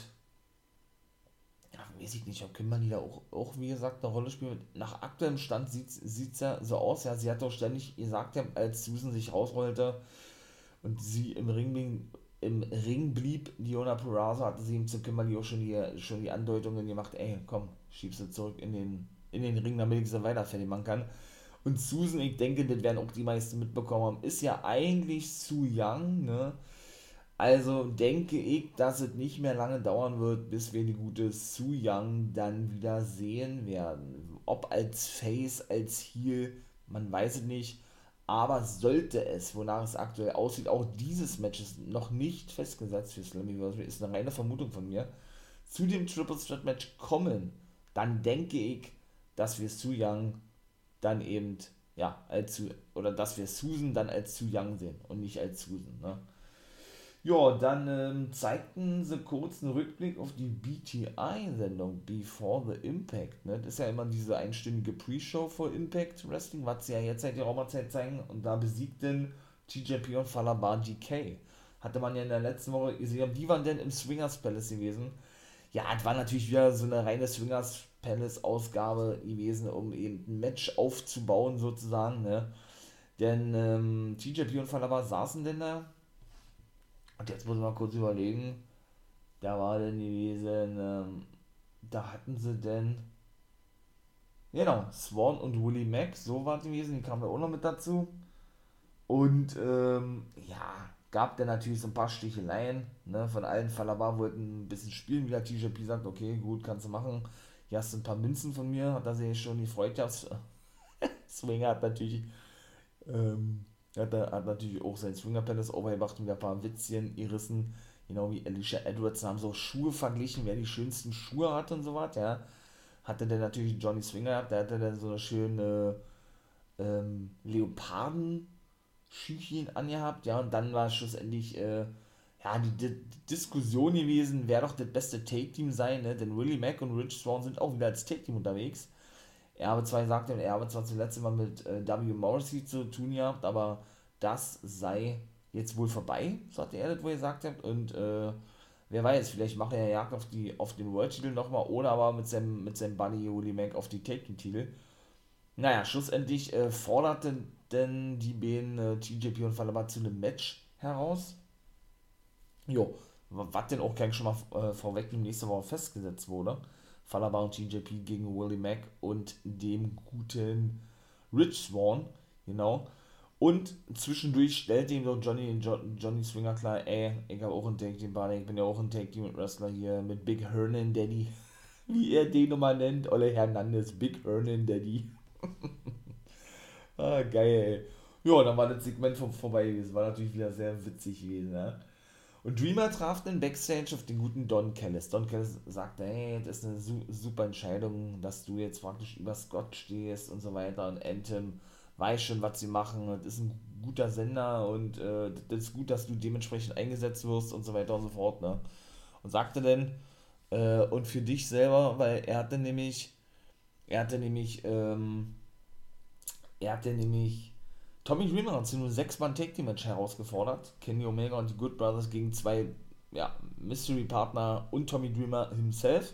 weiß ich nicht, ob Kimberly da auch, auch, wie gesagt, eine Rolle spielt. Nach aktuellem Stand sieht es ja so aus, ja, sie hat doch ständig gesagt, ja, als Susan sich rausrollte und sie im Ring, im Ring blieb, Deonna Purrazzo, hatte sie ihm zu Kimberly auch schon die, schon die Andeutungen gemacht, ey, komm, schieb sie zurück in den, in den Ring, damit ich sie weiter fertig machen kann. Und Susan, ich denke, das werden auch die meisten mitbekommen haben, ist ja eigentlich Su Yung, ne, Also denke ich, dass es nicht mehr lange dauern wird, bis wir die gute Su Yung dann wieder sehen werden. Ob als Face, als Heel, man weiß es nicht. Aber sollte es, wonach es aktuell aussieht, auch dieses Match ist noch nicht festgesetzt für Slammiversary, ist eine reine Vermutung von mir, zu dem Triple Threat Match kommen, dann denke ich, dass wir Su Yung dann eben, ja, als Su- oder dass wir Susan dann als Su Yung sehen und nicht als Susan, ne? Ja, dann ähm, zeigten sie kurz einen Rückblick auf die B T I-Sendung Before the Impact. Ne? Das ist ja immer diese einstündige Pre-Show vor Impact Wrestling, was sie ja jetzt seit der Raumerzeit zeigen. Und da besiegten T J P und Falaba G K. Hatte man ja in der letzten Woche gesehen, die waren denn im Swingers Palace gewesen. Ja, es war natürlich wieder so eine reine Swingers Palace-Ausgabe gewesen, um eben ein Match aufzubauen sozusagen. Ne? Denn ähm, T J P und Falaba saßen denn da. Und jetzt muss man kurz überlegen, da war denn gewesen, ähm, da hatten sie denn, genau, Swan und Willie Mack, so war es gewesen, die kamen ja auch noch mit dazu. Und, ähm, ja, gab dann natürlich so ein paar Sticheleien, ne, von allen. Falaba wollten ein bisschen spielen, wie der T J P sagt, okay, gut, kannst du machen. Hier hast du ein paar Münzen von mir, hat er sich schon gefreut, ja, Swinger hat natürlich, ähm, hat, er, hat natürlich auch sein Swinger Palace overgebracht und wieder ein paar Witzchen gerissen, genau wie Alicia Edwards, haben so Schuhe verglichen, wer die schönsten Schuhe hat und so was, ja. Hatte der natürlich Johnny Swinger gehabt, der hatte dann so eine schöne ähm, Leoparden-Schüchchen angehabt, ja, und dann war schlussendlich, äh, ja, die, die Diskussion gewesen, wer doch das beste Take-Team sei, ne, denn Willie Mack und Rich Swann sind auch wieder als Take-Team unterwegs. Er habe zwar gesagt, er habe zwar zuletzt immer mit äh, W. Morrissey zu tun gehabt, aber das sei jetzt wohl vorbei, so hat er das wohl gesagt hat. Und äh, wer weiß, vielleicht macht er ja Jagd auf, die, auf den World-Titel nochmal oder aber mit seinem, mit seinem Buddy Willie Mack auf die Taking-Titel. Naja, schlussendlich äh, forderten denn die beiden äh, T J P und Falaba zu einem Match heraus. Jo, was denn auch gleich schon mal äh, vorweg nächste Woche festgesetzt wurde. Falaba und T J P gegen Willie Mack und dem guten Rich Swann, genau. Und zwischendurch stellte ihm doch Johnny, jo, Johnny Swinger klar, ey, ich habe auch einen Tag-Team Buddy, ich bin ja auch ein Tag-Team Wrestler hier mit Big Hernan Daddy, wie er den nochmal nennt, Ole Hernandez, Big Hernan Daddy. Ah, geil, ey. Ja, dann war das Segment vor, vorbei gewesen, war natürlich wieder sehr witzig gewesen, ne? Und Dreamer traf dann Backstage auf den guten Don Callis. Don Callis sagte, hey, das ist eine su- super Entscheidung, dass du jetzt praktisch über Scott stehst und so weiter. Und Anthem weiß schon, was sie machen. Das ist ein guter Sender und äh, das ist gut, dass du dementsprechend eingesetzt wirst und so weiter und so fort. Ne? Und sagte dann, äh, und für dich selber, weil er hatte nämlich, er hatte nämlich, ähm, er hatte nämlich Tommy Dreamer hat zu einem sechs-Mann-Take-Team-Match herausgefordert. Kenny Omega und die Good Brothers gegen zwei ja, Mystery-Partner und Tommy Dreamer himself.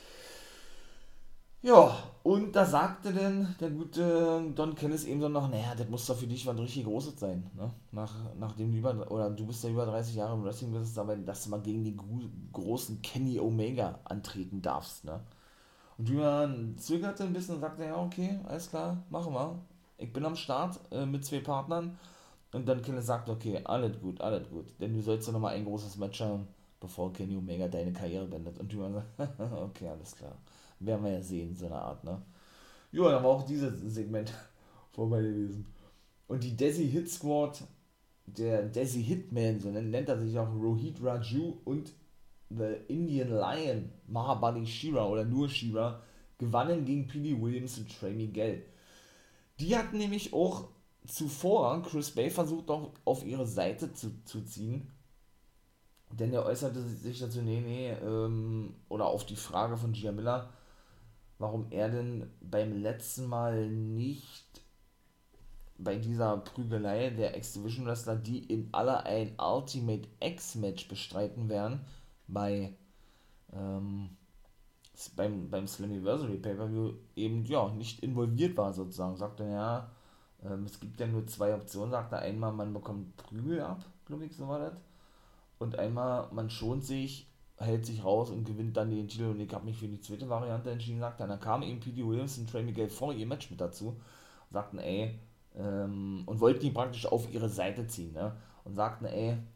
Ja, und da sagte dann der gute Don Callis eben so noch, naja, das muss doch für dich was richtig Großes sein, ne? Nach, nachdem du über, oder du bist ja über dreißig Jahre im Wrestling, bist, aber dass du mal gegen den großen Kenny Omega antreten darfst, ne? Und Dreamer zögerte ein bisschen und sagte, ja, okay, alles klar, machen wir. Ich bin am Start äh, mit zwei Partnern. Und dann Kenny sagt, okay, alles gut, alles gut. Denn du sollst ja nochmal ein großes Match haben, bevor Kenny Omega deine Karriere beendet. Und du sagt, okay, alles klar. Werden wir ja sehen, so eine Art, ne? Ja, dann war auch dieses Segment vorbei gewesen. Und die Desi Hit Squad, der Desi Hitman, so nennt er sich auch, Rohit Raju und The Indian Lion, Mahabali Shira oder nur Shira, gewannen gegen P D Williams und Trey Miguel. Die hatten nämlich auch zuvor Chris Bay versucht, auch auf ihre Seite zu, zu ziehen. Denn er äußerte sich dazu, nee, nee, ähm, oder auf die Frage von Gia Miller, warum er denn beim letzten Mal nicht bei dieser Prügelei der X-Division Wrestler, die in aller ein Ultimate X-Match bestreiten werden, bei ähm, beim, beim Slammiversary Pay-Per-View eben, ja, nicht involviert war sozusagen. Sagte, ja, ähm, es gibt ja nur zwei Optionen, sagte einmal, man bekommt Prügel ab, glaube ich, so war das. Und einmal, man schont sich, hält sich raus und gewinnt dann den Titel. Und ich habe mich für die zweite Variante entschieden, sagte, dann kam eben P D Williams und Trey Miguel vor ihr Match mit dazu. Sagten, ey, ähm, und wollten die praktisch auf ihre Seite ziehen, ne? Und sagten, ey,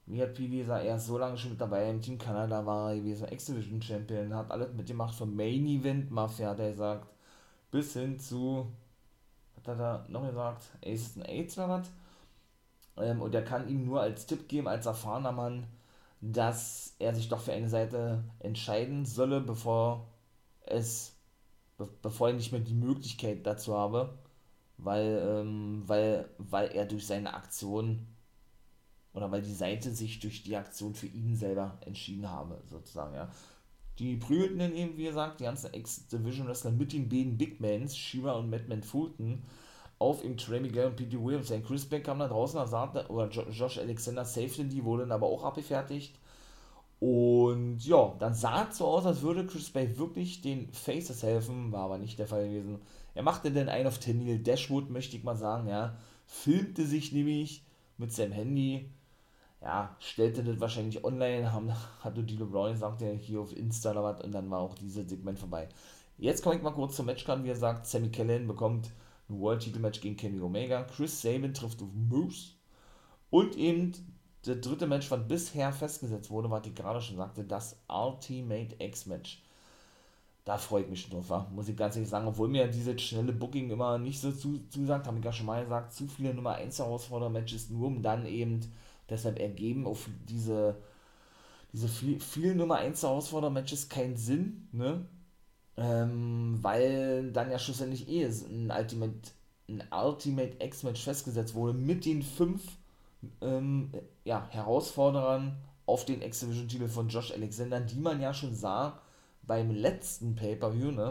Wie hat P W er ist so lange schon mit dabei, im Team Kanada war er gewesen, X-Division Champion, hat alles mitgemacht vom Main Event Mafia, hat er gesagt, bis hin zu, hat er da noch gesagt, Aces and Aids oder was? Ähm, und er kann ihm nur als Tipp geben, als erfahrener Mann, dass er sich doch für eine Seite entscheiden solle, bevor es, be- bevor er nicht mehr die Möglichkeit dazu habe, weil, ähm, weil, weil er durch seine Aktion oder weil die Seite sich durch die Aktion für ihn selber entschieden habe, sozusagen, ja. Die prügelten dann eben, wie gesagt, die ganzen X-Division-Wrestler mit den beiden Big Mans, Shira und Madman Fulton, auf ihm Trey Miguel und P T Williams. Ein Chris Beck kam da draußen, da sagte, oder jo- Josh Alexander safety, die wurde dann aber auch abgefertigt. Und ja, dann sah es so aus, als würde Chris Bay wirklich den Faces helfen, war aber nicht der Fall gewesen. Er machte dann einen auf Tennille Dashwood, möchte ich mal sagen, ja. Filmte sich nämlich mit seinem Handy, ja, stellte das wahrscheinlich online, haben, hatte die LeBron gesagt, ja, hier auf Insta oder was, und dann war auch dieses Segment vorbei. Jetzt komme ich mal kurz zum Matchcard, wie er sagt, Sami Callihan bekommt ein World-Title-Match gegen Kenny Omega, Chris Sabin trifft auf Moose und eben das dritte Match, was bisher festgesetzt wurde, was ich gerade schon sagte, das Ultimate X-Match. Da freue ich mich schon drauf, wa? Muss ich ganz ehrlich sagen, obwohl mir dieses schnelle Booking immer nicht so zu, zusagt, habe ich ja schon mal gesagt, zu viele Nummer eins Herausforderer-Matches, nur um dann eben, deshalb ergeben auf diese, diese viel, vielen Nummer eins Herausforderer-Matches keinen Sinn, ne? Ähm, weil dann ja schlussendlich eh ein Ultimate, ein Ultimate X-Match festgesetzt wurde mit den fünf ähm, ja, Herausforderern auf den X-Division-Titel von Josh Alexander, die man ja schon sah beim letzten Pay-Per-View, ne?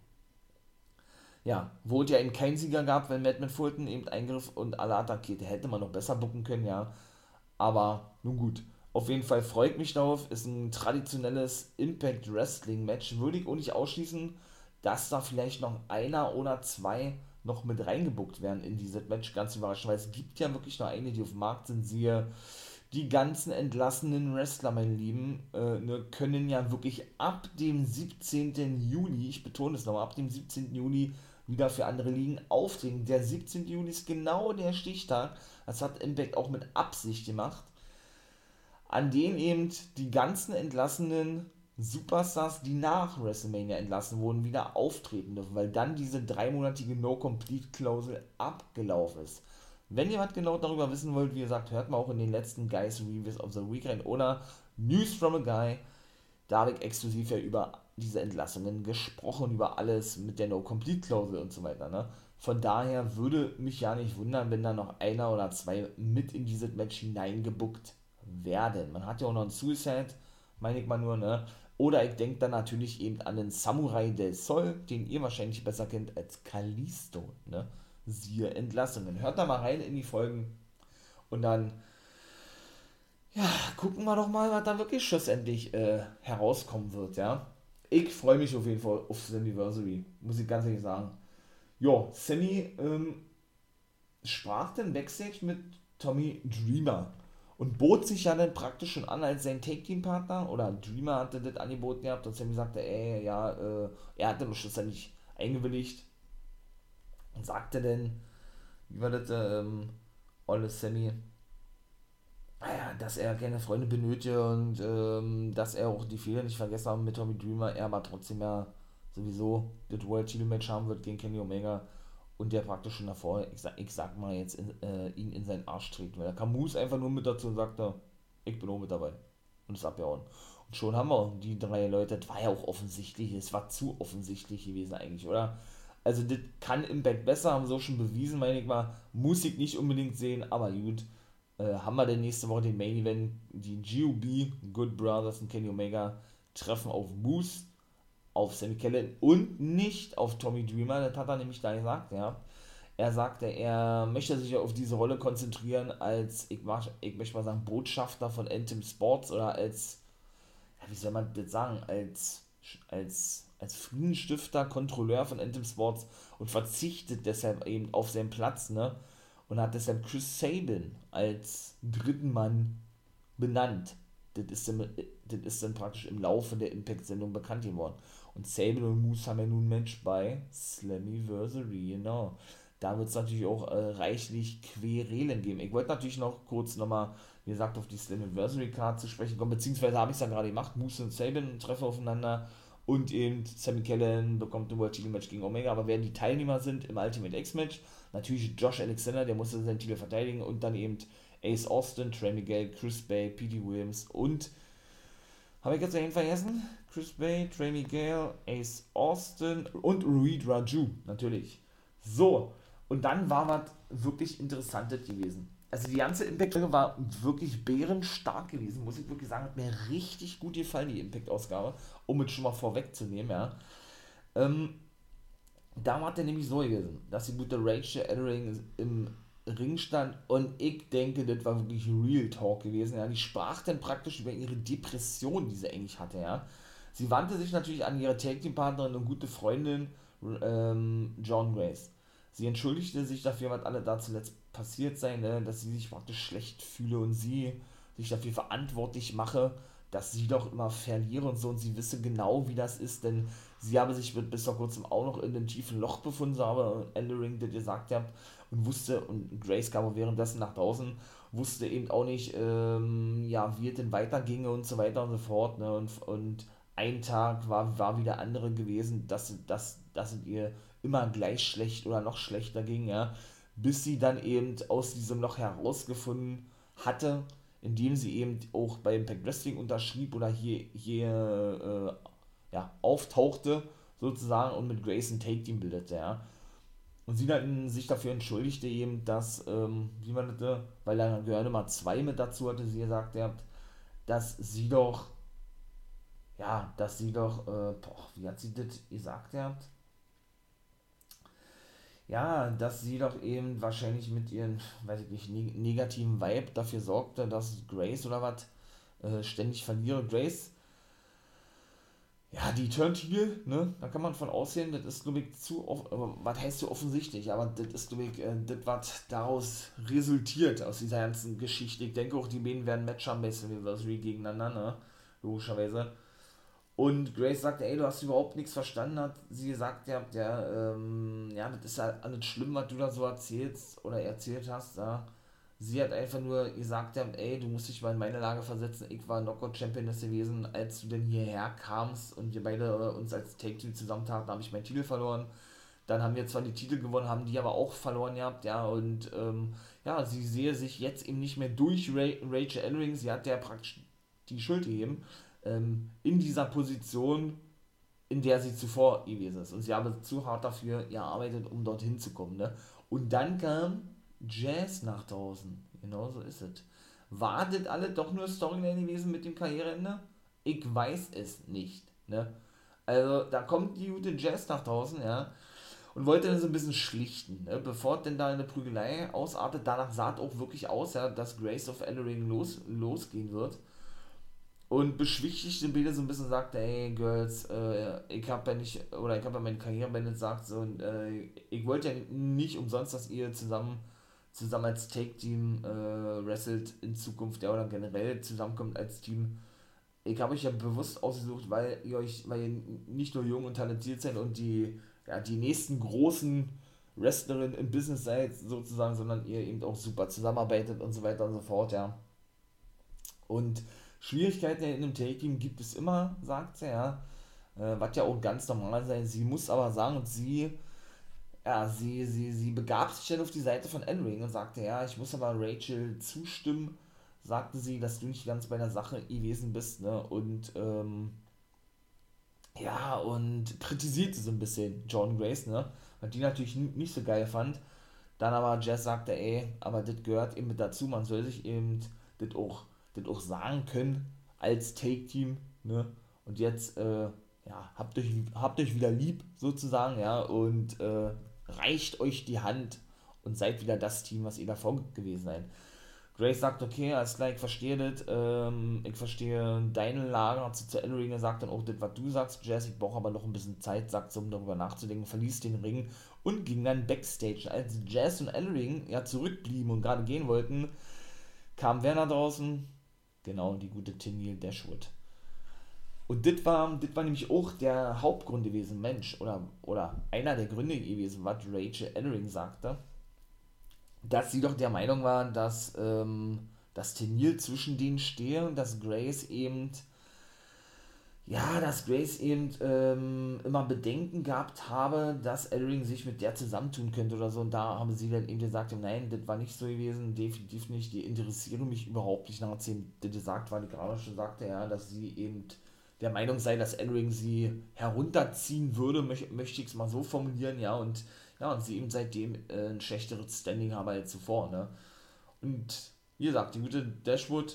Ja, wo es ja eben keinen Sieger gab, wenn Madman Fulton eben eingriff und alle attackierte. Hätte man noch besser booken können, ja. Aber nun gut. Auf jeden Fall freut mich darauf. Ist ein traditionelles Impact Wrestling Match. Würde ich auch nicht ausschließen, dass da vielleicht noch einer oder zwei noch mit reingebuckt werden in dieses Match. Ganz überraschend, weil es gibt ja wirklich noch einige, die auf dem Markt sind. Siehe die ganzen entlassenen Wrestler, meine Lieben, äh, ne, können ja wirklich ab dem siebzehnten Juli, ich betone es nochmal, ab dem siebzehnten Juli wieder für andere Ligen auftreten. Der siebzehnte Juli ist genau der Stichtag, das hat Impact auch mit Absicht gemacht, an dem eben die ganzen entlassenen Superstars, die nach WrestleMania entlassen wurden, wieder auftreten dürfen, weil dann diese dreimonatige No-Complete-Klausel abgelaufen ist. Wenn ihr was genau darüber wissen wollt, wie gesagt, hört mal auch in den letzten Guys Reviews of the Weekend oder News from a Guy. Da habe ich exklusiv ja über diese Entlassungen gesprochen, über alles mit der No-Complete-Klausel und so weiter. Ne? Von daher würde mich ja nicht wundern, wenn da noch einer oder zwei mit in dieses Match hineingebuckt werden. Man hat ja auch noch einen Suicide, meine ich mal nur, ne? Oder ich denke dann natürlich eben an den Samurai del Sol, den ihr wahrscheinlich besser kennt als Kalisto, ne? Siehe Entlassungen. Hört da mal rein in die Folgen und dann, ja, gucken wir doch mal, was da wirklich schlussendlich äh, herauskommen wird, ja. Ich freue mich auf jeden Fall auf Slammiversary, muss ich ganz ehrlich sagen. Jo, Sammy ähm, sprach dann Backstage mit Tommy Dreamer und bot sich ja dann praktisch schon an als sein Take-Team-Partner, oder Dreamer hatte das angeboten gehabt und Sammy sagte, ey, ja, äh, er hatte mich schlussendlich eingewilligt und sagte denn, wie war das, ähm, Olle Sammy, naja, dass er keine Freunde benötige und ähm, dass er auch die Fehler nicht vergessen hat mit Tommy Dreamer, er aber trotzdem ja sowieso das World Title Match haben wird gegen Kenny Omega und der praktisch schon davor, ich sag, ich sag mal jetzt, in, äh, ihn in seinen Arsch treten, weil da kam Moose einfach nur mit dazu und sagte, ich bin auch mit dabei und ist abgehauen. Und schon haben wir die drei Leute, das war ja auch offensichtlich, es war zu offensichtlich gewesen eigentlich, oder? Also das kann Impact besser, haben sie auch schon bewiesen, meine ich mal, muss ich nicht unbedingt sehen, aber gut. Äh, haben wir denn nächste Woche den Main Event, die G O B, Good Brothers und Kenny Omega treffen auf Moose, auf Sami Callihan und nicht auf Tommy Dreamer, das hat er nämlich da gesagt, ja. Er sagte, er möchte sich auf diese Rolle konzentrieren als, ich, mach, ich möchte mal sagen, Botschafter von Anthem Sports oder als, ja, wie soll man das sagen, als, als, als Friedensstifter, Kontrolleur von Anthem Sports und verzichtet deshalb eben auf seinen Platz, ne? Und hat deshalb Chris Sabin als dritten Mann benannt. Das ist dann, das ist dann praktisch im Laufe der Impact-Sendung bekannt geworden. Und Sabin und Moose haben ja nun ein Match bei Slammiversary, genau. da wird es natürlich auch äh, reichlich Querelen geben. Ich wollte natürlich noch kurz nochmal, wie gesagt, auf die Slammiversary Card zu sprechen kommen, beziehungsweise habe ich es ja gerade gemacht, Moose und Sabin treffen aufeinander und eben Sami Callihan bekommt ein World Title Match gegen Omega, aber wer die Teilnehmer sind im Ultimate X-Match, natürlich Josh Alexander, der musste seinen Titel verteidigen und dann eben Ace Austin, Trey Miguel, Chris Bay, P T Williams und habe ich jetzt einen vergessen? Chris Bay, Trey Miguel, Ace Austin und Reed Raju, natürlich. So, und dann war was wirklich Interessantes gewesen. Also die ganze Impact-Folge war wirklich bärenstark gewesen, muss ich wirklich sagen. Hat mir richtig gut gefallen, die Impact-Ausgabe, um es schon mal vorwegzunehmen, ja. Ähm, da war der nämlich so gewesen, dass die gute Rachel Ellering im Ring stand und ich denke, das war wirklich Real Talk gewesen, ja. Die sprach dann praktisch über ihre Depression, die sie eigentlich hatte, ja. Sie wandte sich natürlich an ihre Tag-Team-Partnerin und gute Freundin ähm, John Grace. Sie entschuldigte sich dafür, was alle da zuletzt passiert sei, ne? Dass sie sich praktisch schlecht fühle und sie sich dafür verantwortlich mache, dass sie doch immer verliere und so, und sie wisse genau, wie das ist, denn sie habe sich bis vor kurzem auch noch in einem tiefen Loch befunden, so habe Ellering das gesagt habt, und wusste, und Grace kam währenddessen nach draußen, wusste eben auch nicht, ähm, ja, wie es denn weiterginge und so weiter und so fort, ne? und, und ein Tag war, war wie der andere gewesen, dass, dass, dass es ihr immer gleich schlecht oder noch schlechter ging, ja, bis sie dann eben aus diesem Loch herausgefunden hatte, indem sie eben auch bei Impact Wrestling unterschrieb oder hier, hier äh, ja, auftauchte, sozusagen, und mit Grace ein Take-Team bildete, ja. Und sie dann sich dafür entschuldigte eben, dass, ähm, wie man das, weil da gehören immer zwei mit dazu, hatte sie gesagt, ja, dass sie doch, ja, dass sie doch, äh, boah, wie hat sie das gesagt, ja, ja, dass sie doch eben wahrscheinlich mit ihren, weiß ich nicht, neg- negativen Vibe dafür sorgte, dass Grace oder was äh, ständig verliere. Grace, ja, die turned heel, ne, da kann man von aussehen, das ist, glaube ich, zu, off- was heißt so offensichtlich, aber das ist, glaube ich, äh, das, was daraus resultiert, aus dieser ganzen Geschichte. Ich denke auch, die beiden werden ein Match haben bei Slammiversary gegeneinander, ne, logischerweise. Und Grace sagte, ey, du hast überhaupt nichts verstanden, hat sie gesagt, ja, ja, ähm, ja, das ist ja alles schlimm, was du da so erzählst oder erzählt hast, ja. Sie hat einfach nur gesagt, ja, ey, du musst dich mal in meine Lage versetzen, ich war Knockout-Championess gewesen, als du denn hierher kamst und wir beide äh, uns als Take-Team zusammentaten, habe ich meinen Titel verloren. Dann haben wir zwar die Titel gewonnen, haben die aber auch verloren gehabt, ja, und ähm, ja, sie sehe sich jetzt eben nicht mehr durch Ra- Rachel Ellering, sie hat ja praktisch die Schuld gegeben, in dieser Position, in der sie zuvor gewesen ist. Und sie habe zu hart dafür gearbeitet, um dorthin zu kommen. Ne? Und dann kam Jazz nach draußen. Genau so ist es. Wartet alle doch nur Storyline gewesen mit dem Karriereende? Ich weiß es nicht. Ne? Also da kommt die gute Jazz nach draußen, ja, und wollte dann so ein bisschen schlichten, ne? Bevor denn da eine Prügelei ausartet. Danach sah es auch wirklich aus, ja, dass Grace of Ellering los, losgehen wird. Und beschwichtigte Bilder so ein bisschen, sagte, ey Girls, äh, ich habe ja nicht, oder ich habe ja meine Karriere beendet, sagt so, und äh, ich wollte ja nicht umsonst, dass ihr zusammen zusammen als Take-Team äh, wrestelt in Zukunft, ja, oder generell zusammenkommt als Team. Ich habe euch ja bewusst ausgesucht, weil ihr euch, weil ihr nicht nur jung und talentiert seid und die, ja, die nächsten großen Wrestlerinnen im Business seid, sozusagen, sondern ihr eben auch super zusammenarbeitet und so weiter und so fort, ja. Und Schwierigkeiten in einem Take-Team gibt es immer, sagt sie, ja, äh, was ja auch ganz normal sein. Sie muss aber sagen, und sie, ja, sie, sie, sie begab sich dann auf die Seite von Ellering und sagte, ja, ich muss aber Rachel zustimmen, sagte sie, dass du nicht ganz bei der Sache gewesen bist, ne, und, ähm, ja, und kritisierte so ein bisschen John Grace, ne, was die natürlich nicht so geil fand. Dann aber Jazz sagte, ey, aber das gehört eben mit dazu, man soll sich eben das auch das auch sagen können als Take-Team, ne? Und jetzt, äh, ja, habt euch, habt euch wieder lieb, sozusagen, ja, und äh, reicht euch die Hand und seid wieder das Team, was ihr davor gewesen seid. Grace sagt, okay, alles klar, ich verstehe das, ähm, ich verstehe deine Lage, hat sie zu Ellering gesagt, dann auch das, was du sagst, Jazz, ich brauche aber noch ein bisschen Zeit, sagt sie, um darüber nachzudenken, verließ den Ring und ging dann Backstage. Als Jazz und Ellering ja zurückblieben und gerade gehen wollten, kam Werner draußen, genau, die gute Tennille Dashwood. Und das war, das war nämlich auch der Hauptgrund gewesen, Mensch, oder, oder einer der Gründe gewesen, was Rachel Ellering sagte, dass sie doch der Meinung war, dass ähm, das Tenil zwischen denen stehe und dass Grace eben, ja, dass Grace eben ähm, immer Bedenken gehabt habe, dass Ellering sich mit der zusammentun könnte oder so. Und da haben sie dann eben gesagt, nein, das war nicht so gewesen, definitiv nicht, die interessieren mich überhaupt nicht, nachdem das gesagt war, die gerade schon sagte, ja, dass sie eben der Meinung sei, dass Ellering sie herunterziehen würde, möch, möchte ich es mal so formulieren, ja, und ja, und sie eben seitdem äh, ein schlechteres Standing habe als zuvor, ne. Und wie gesagt, die gute Dashwood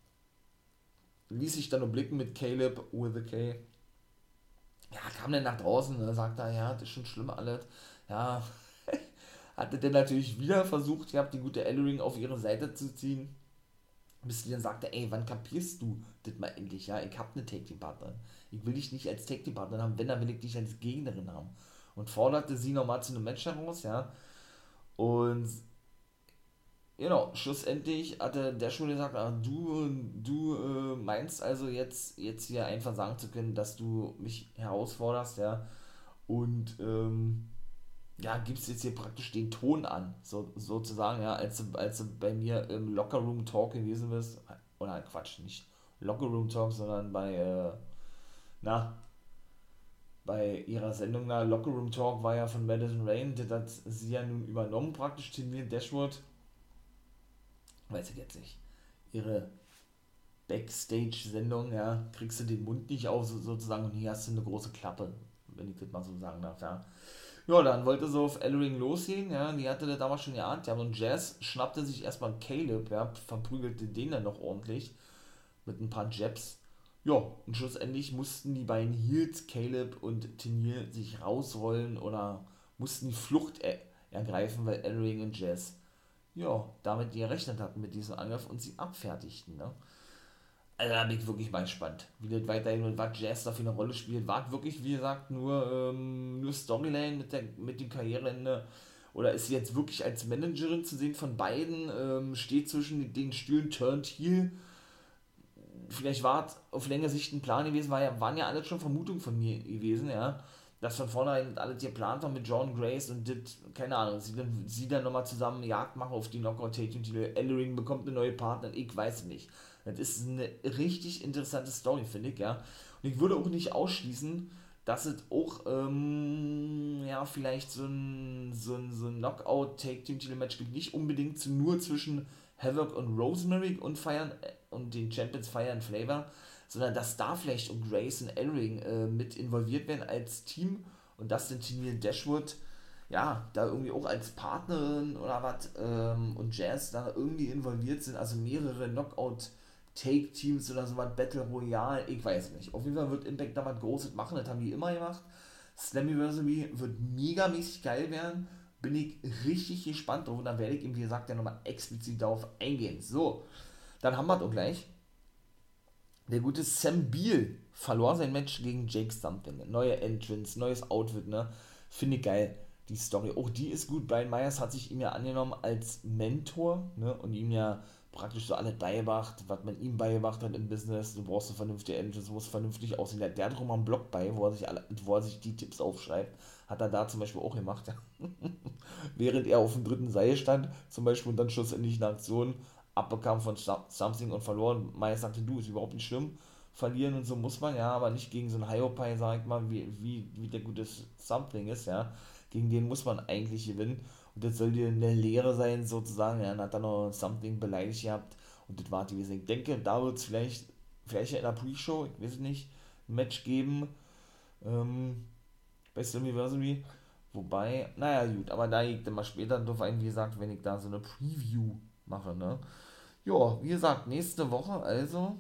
ließ sich dann nur blicken mit Caleb with a K. Ja, kam dann nach draußen, ne, sagte er, ja, das ist schon schlimm alles. Ja, hatte dann natürlich wieder versucht, gehabt, die gute Ellering auf ihre Seite zu ziehen. Bis sie dann sagte, ey, wann kapierst du das mal endlich, ja, ich hab eine Tag-Team-Partnerin. Ich will dich nicht als Tag-Team-Partnerin haben, wenn, dann will ich dich als Gegnerin haben. Und forderte sie nochmal zu einem Match heraus, ja. Und genau, schlussendlich hatte der schon gesagt, ah, du, du äh, meinst also jetzt, jetzt hier einfach sagen zu können, dass du mich herausforderst, ja, und ähm, ja, gibst jetzt hier praktisch den Ton an, so, sozusagen, ja, als du, als du bei mir im Lockerroom Talk gewesen bist, oder Quatsch, nicht Lockerroom Talk, sondern bei, äh, na, bei ihrer Sendung, na, Lockerroom Talk war ja von Madison Rain, das hat sie ja nun übernommen, praktisch, Tenille Dashwood, weiß ich jetzt nicht, ihre Backstage-Sendung, ja, kriegst du den Mund nicht auf, so, sozusagen, und hier hast du eine große Klappe, wenn ich das mal so sagen darf, ja. Ja, dann wollte sie auf Ellering losgehen, ja, die hatte das damals schon geahnt, ja, und Jazz schnappte sich erstmal Caleb, ja, verprügelte den dann noch ordentlich mit ein paar Jabs. Ja, und schlussendlich mussten die beiden Heels, Caleb und Tenille, sich rausrollen oder mussten die Flucht er- ergreifen, weil Ellering und Jazz, ja, damit gerechnet hatten mit diesem Angriff und sie abfertigten, ne. Also da bin ich wirklich mal gespannt, wie das weiterhin und was Jazz da für eine Rolle spielt. War wirklich, wie gesagt, nur, ähm, nur Storyline mit, der, mit dem Karriereende? Oder ist sie jetzt wirklich als Managerin zu sehen von beiden? Ähm, steht zwischen den Stühlen, turned heel? Vielleicht war es auf längere Sicht ein Plan gewesen, war ja, waren ja alles schon Vermutungen von mir gewesen, ja. Dass von vornherein alles geplant war mit John Grace und das, keine Ahnung, sie dann, sie dann nochmal zusammen Jagd machen auf die Knockout-Titel. Ellering bekommt eine neue Partnerin, ich weiß nicht. Das ist eine richtig interessante Story, finde ich, ja. Und ich würde auch nicht ausschließen, dass es auch, ähm, ja, vielleicht so ein, so ein, so ein Knockout-Take-Team-Titel-Match gibt. Nicht unbedingt zu, nur zwischen Havoc und Rosemary und feiern äh, und den Champions feiern Flavor, sondern dass da vielleicht und Grace und Ellering äh, mit involviert werden als Team und dass dann Tenille Dashwood ja, da irgendwie auch als Partnerin oder was ähm, und Jazz da irgendwie involviert sind, also mehrere Knockout Take-Teams oder so was, Battle Royale, ich weiß nicht. Auf jeden Fall wird Impact da was Großes machen, das haben die immer gemacht. Slammiversary wird megamäßig geil werden, bin ich richtig gespannt drauf und dann werde ich ihm, wie gesagt, ja nochmal explizit darauf eingehen. So, dann haben wir doch gleich. Der gute Sam Beal verlor sein Match gegen Jake Something. Neue Entrance, neues Outfit, ne? Finde ich geil, die Story. Auch die ist gut. Brian Myers hat sich ihm ja angenommen als Mentor, ne? Und ihm ja praktisch so alles beigebracht, was man ihm beigebracht hat im Business. Du brauchst eine vernünftige Entrance, du musst vernünftig aussehen. Der, der hat auch mal einen Blog bei, wo er, sich alle, wo er sich die Tipps aufschreibt. Hat er da zum Beispiel auch gemacht. Ja. Während er auf dem dritten Seil stand, zum Beispiel, und dann schlussendlich eine Aktion abbekam von Something und verloren. Myers sagte, du, ist überhaupt nicht schlimm. Verlieren und so muss man, ja, aber nicht gegen so einen Hyopai, sag ich mal, wie, wie, wie der gute Something ist, ja. Gegen den muss man eigentlich gewinnen. Und das soll dir eine Lehre sein, sozusagen. Ja, dann hat er noch Something beleidigt gehabt. Und das war die gewesen. Ich denke, da wird es vielleicht, vielleicht in der Pre-Show, ich weiß nicht, ein Match geben. Ähm, bei Slammiversary. Wobei, naja, gut, aber da ich dann mal später drauf ein, wie gesagt, wenn ich da so eine Preview mache, ne. Ja, wie gesagt, nächste Woche also.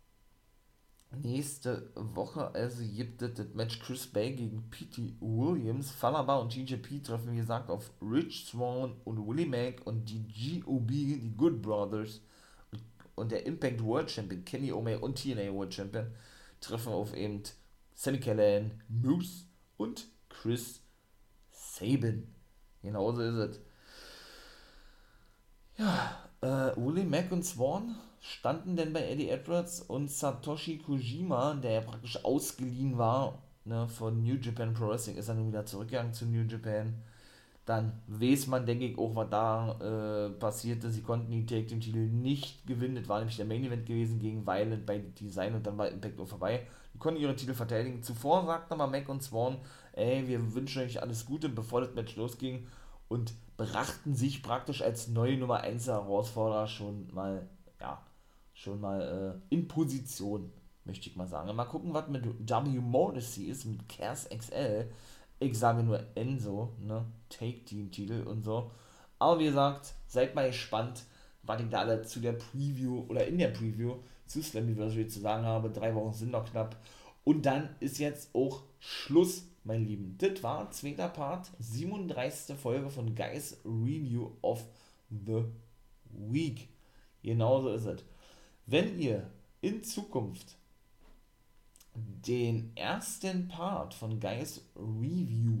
Nächste Woche also gibt es das Match Chris Bay gegen P T Williams. Falaba und T J P treffen, wie gesagt, auf Rich Swann und Willie Mack und die G O B, die Good Brothers und der Impact World Champion Kenny Omega und T N A World Champion treffen auf eben Sami Callihan, Moose und Chris Sabin. Genauso ist es. Ja, äh, Willie Mack und Swan standen denn bei Eddie Edwards und Satoshi Kojima, der ja praktisch ausgeliehen war, ne, von New Japan Pro Wrestling, ist dann wieder zurückgegangen zu New Japan. Dann weiß man, denke ich, auch, was da äh, passierte. Sie konnten die Tag Team Titel nicht gewinnen. Das war nämlich der Main Event gewesen gegen Violent bei Design und dann war Impact auch vorbei. Die konnten ihre Titel verteidigen. Zuvor sagten aber Mack und Swan, ey, wir wünschen euch alles Gute, bevor das Match losging, und brachten sich praktisch als neue Nummer eins Herausforderer schon mal, ja, schon mal äh, in Position, möchte ich mal sagen. Mal gucken, was mit W. Morrissey ist, mit Cass X L. Ich sage nur Enzo, ne, Take-Team-Titel und so. Aber wie gesagt, seid mal gespannt, was ich da alle zu der Preview oder in der Preview zu Slammiversary zu sagen habe. Drei Wochen sind noch knapp. Und dann ist jetzt auch Schluss, mein Lieben. Das war zweiter Part, siebenunddreißigste Folge von Guys Review of the Week. Genauso ist es. Wenn ihr in Zukunft den ersten Part von Guys Review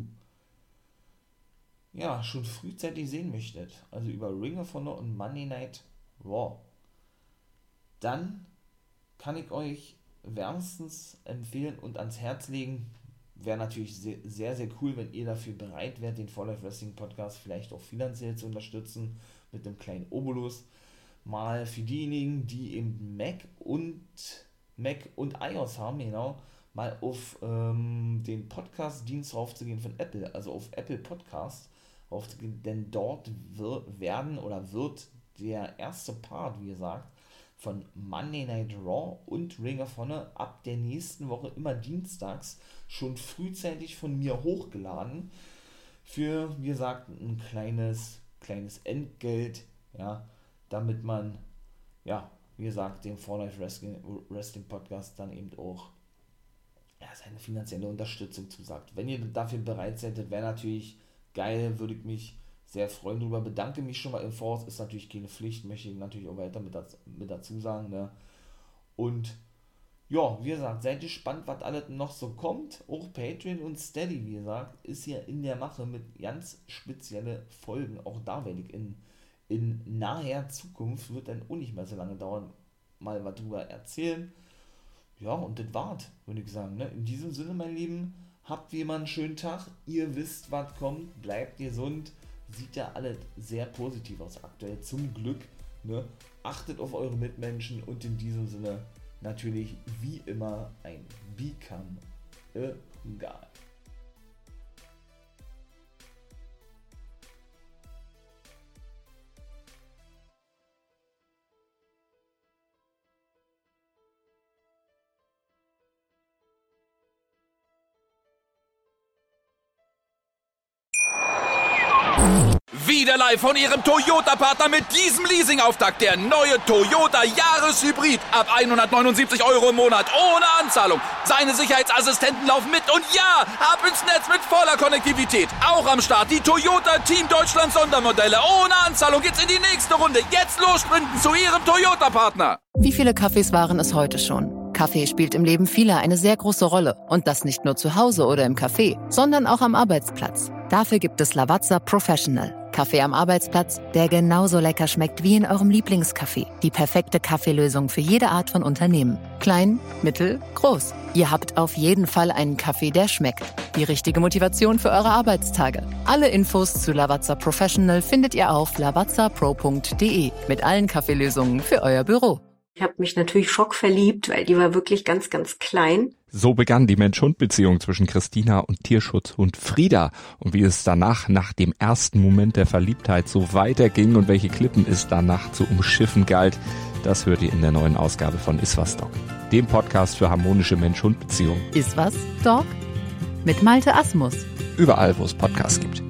ja schon frühzeitig sehen möchtet, also über Ring of Honor und Monday Night Raw, dann kann ich euch wärmstens empfehlen und ans Herz legen. Wäre natürlich sehr, sehr, sehr cool, wenn ihr dafür bereit wärt, den For Life Wrestling Podcast vielleicht auch finanziell zu unterstützen, mit einem kleinen Obolus. Mal für diejenigen, die eben Mac und Mac und iOS haben, genau, mal auf ähm, den Podcast-Dienst raufzugehen von Apple, also auf Apple Podcast raufzugehen, denn dort wir, werden oder wird der erste Part, wie gesagt, von Monday Night Raw und Ring of Honor ab der nächsten Woche immer dienstags schon frühzeitig von mir hochgeladen für, wie gesagt, ein kleines, kleines Entgelt, ja, damit man, ja, wie gesagt, dem For Life Wrestling, Wrestling Podcast dann eben auch ja, seine finanzielle Unterstützung zusagt. Wenn ihr dafür bereit seid, das wäre natürlich geil, würde ich mich sehr freuen drüber. Bedanke mich schon mal im Voraus, ist natürlich keine Pflicht, möchte ich natürlich auch weiter mit, das, mit dazu sagen. Ne? Und ja, wie gesagt, seid gespannt, was alles noch so kommt. Auch Patreon und Steady, wie gesagt, ist ja in der Mache mit ganz spezielle Folgen. Auch da werde ich in in naher Zukunft, wird dann auch nicht mehr so lange dauern, mal was drüber erzählen. Ja, und das war's, würde ich sagen. Ne? In diesem Sinne, mein Lieben, habt wie immer einen schönen Tag. Ihr wisst, was kommt. Bleibt gesund. Sieht ja alles sehr positiv aus aktuell. Zum Glück. Ne? Achtet auf eure Mitmenschen und in diesem Sinne natürlich wie immer ein Become a Guy. Wieder live von Ihrem Toyota-Partner mit diesem Leasing-Auftakt. Der neue Toyota Jahreshybrid. Ab hundertneunundsiebzig Euro im Monat. Ohne Anzahlung. Seine Sicherheitsassistenten laufen mit. Und ja, ab ins Netz mit voller Konnektivität. Auch am Start die Toyota Team Deutschland Sondermodelle. Ohne Anzahlung geht's in die nächste Runde. Jetzt los sprinten zu Ihrem Toyota-Partner. Wie viele Kaffees waren es heute schon? Kaffee spielt im Leben vieler eine sehr große Rolle. Und das nicht nur zu Hause oder im Café, sondern auch am Arbeitsplatz. Dafür gibt es Lavazza Professional. Kaffee am Arbeitsplatz, der genauso lecker schmeckt wie in eurem Lieblingscafé. Die perfekte Kaffeelösung für jede Art von Unternehmen. Klein, mittel, groß. Ihr habt auf jeden Fall einen Kaffee, der schmeckt. Die richtige Motivation für eure Arbeitstage. Alle Infos zu Lavazza Professional findet ihr auf lavazza pro punkt de mit allen Kaffeelösungen für euer Büro. Ich habe mich natürlich schockverliebt, weil die war wirklich ganz, ganz klein. So begann die Mensch-Hund-Beziehung zwischen Christina und Tierschutzhund Frieda. Und wie es danach, nach dem ersten Moment der Verliebtheit, so weiterging und welche Klippen es danach zu umschiffen galt, das hört ihr in der neuen Ausgabe von Iswas Dog, dem Podcast für harmonische Mensch-Hund-Beziehungen. Iswas Dog? Mit Malte Asmus. Überall, wo es Podcasts gibt.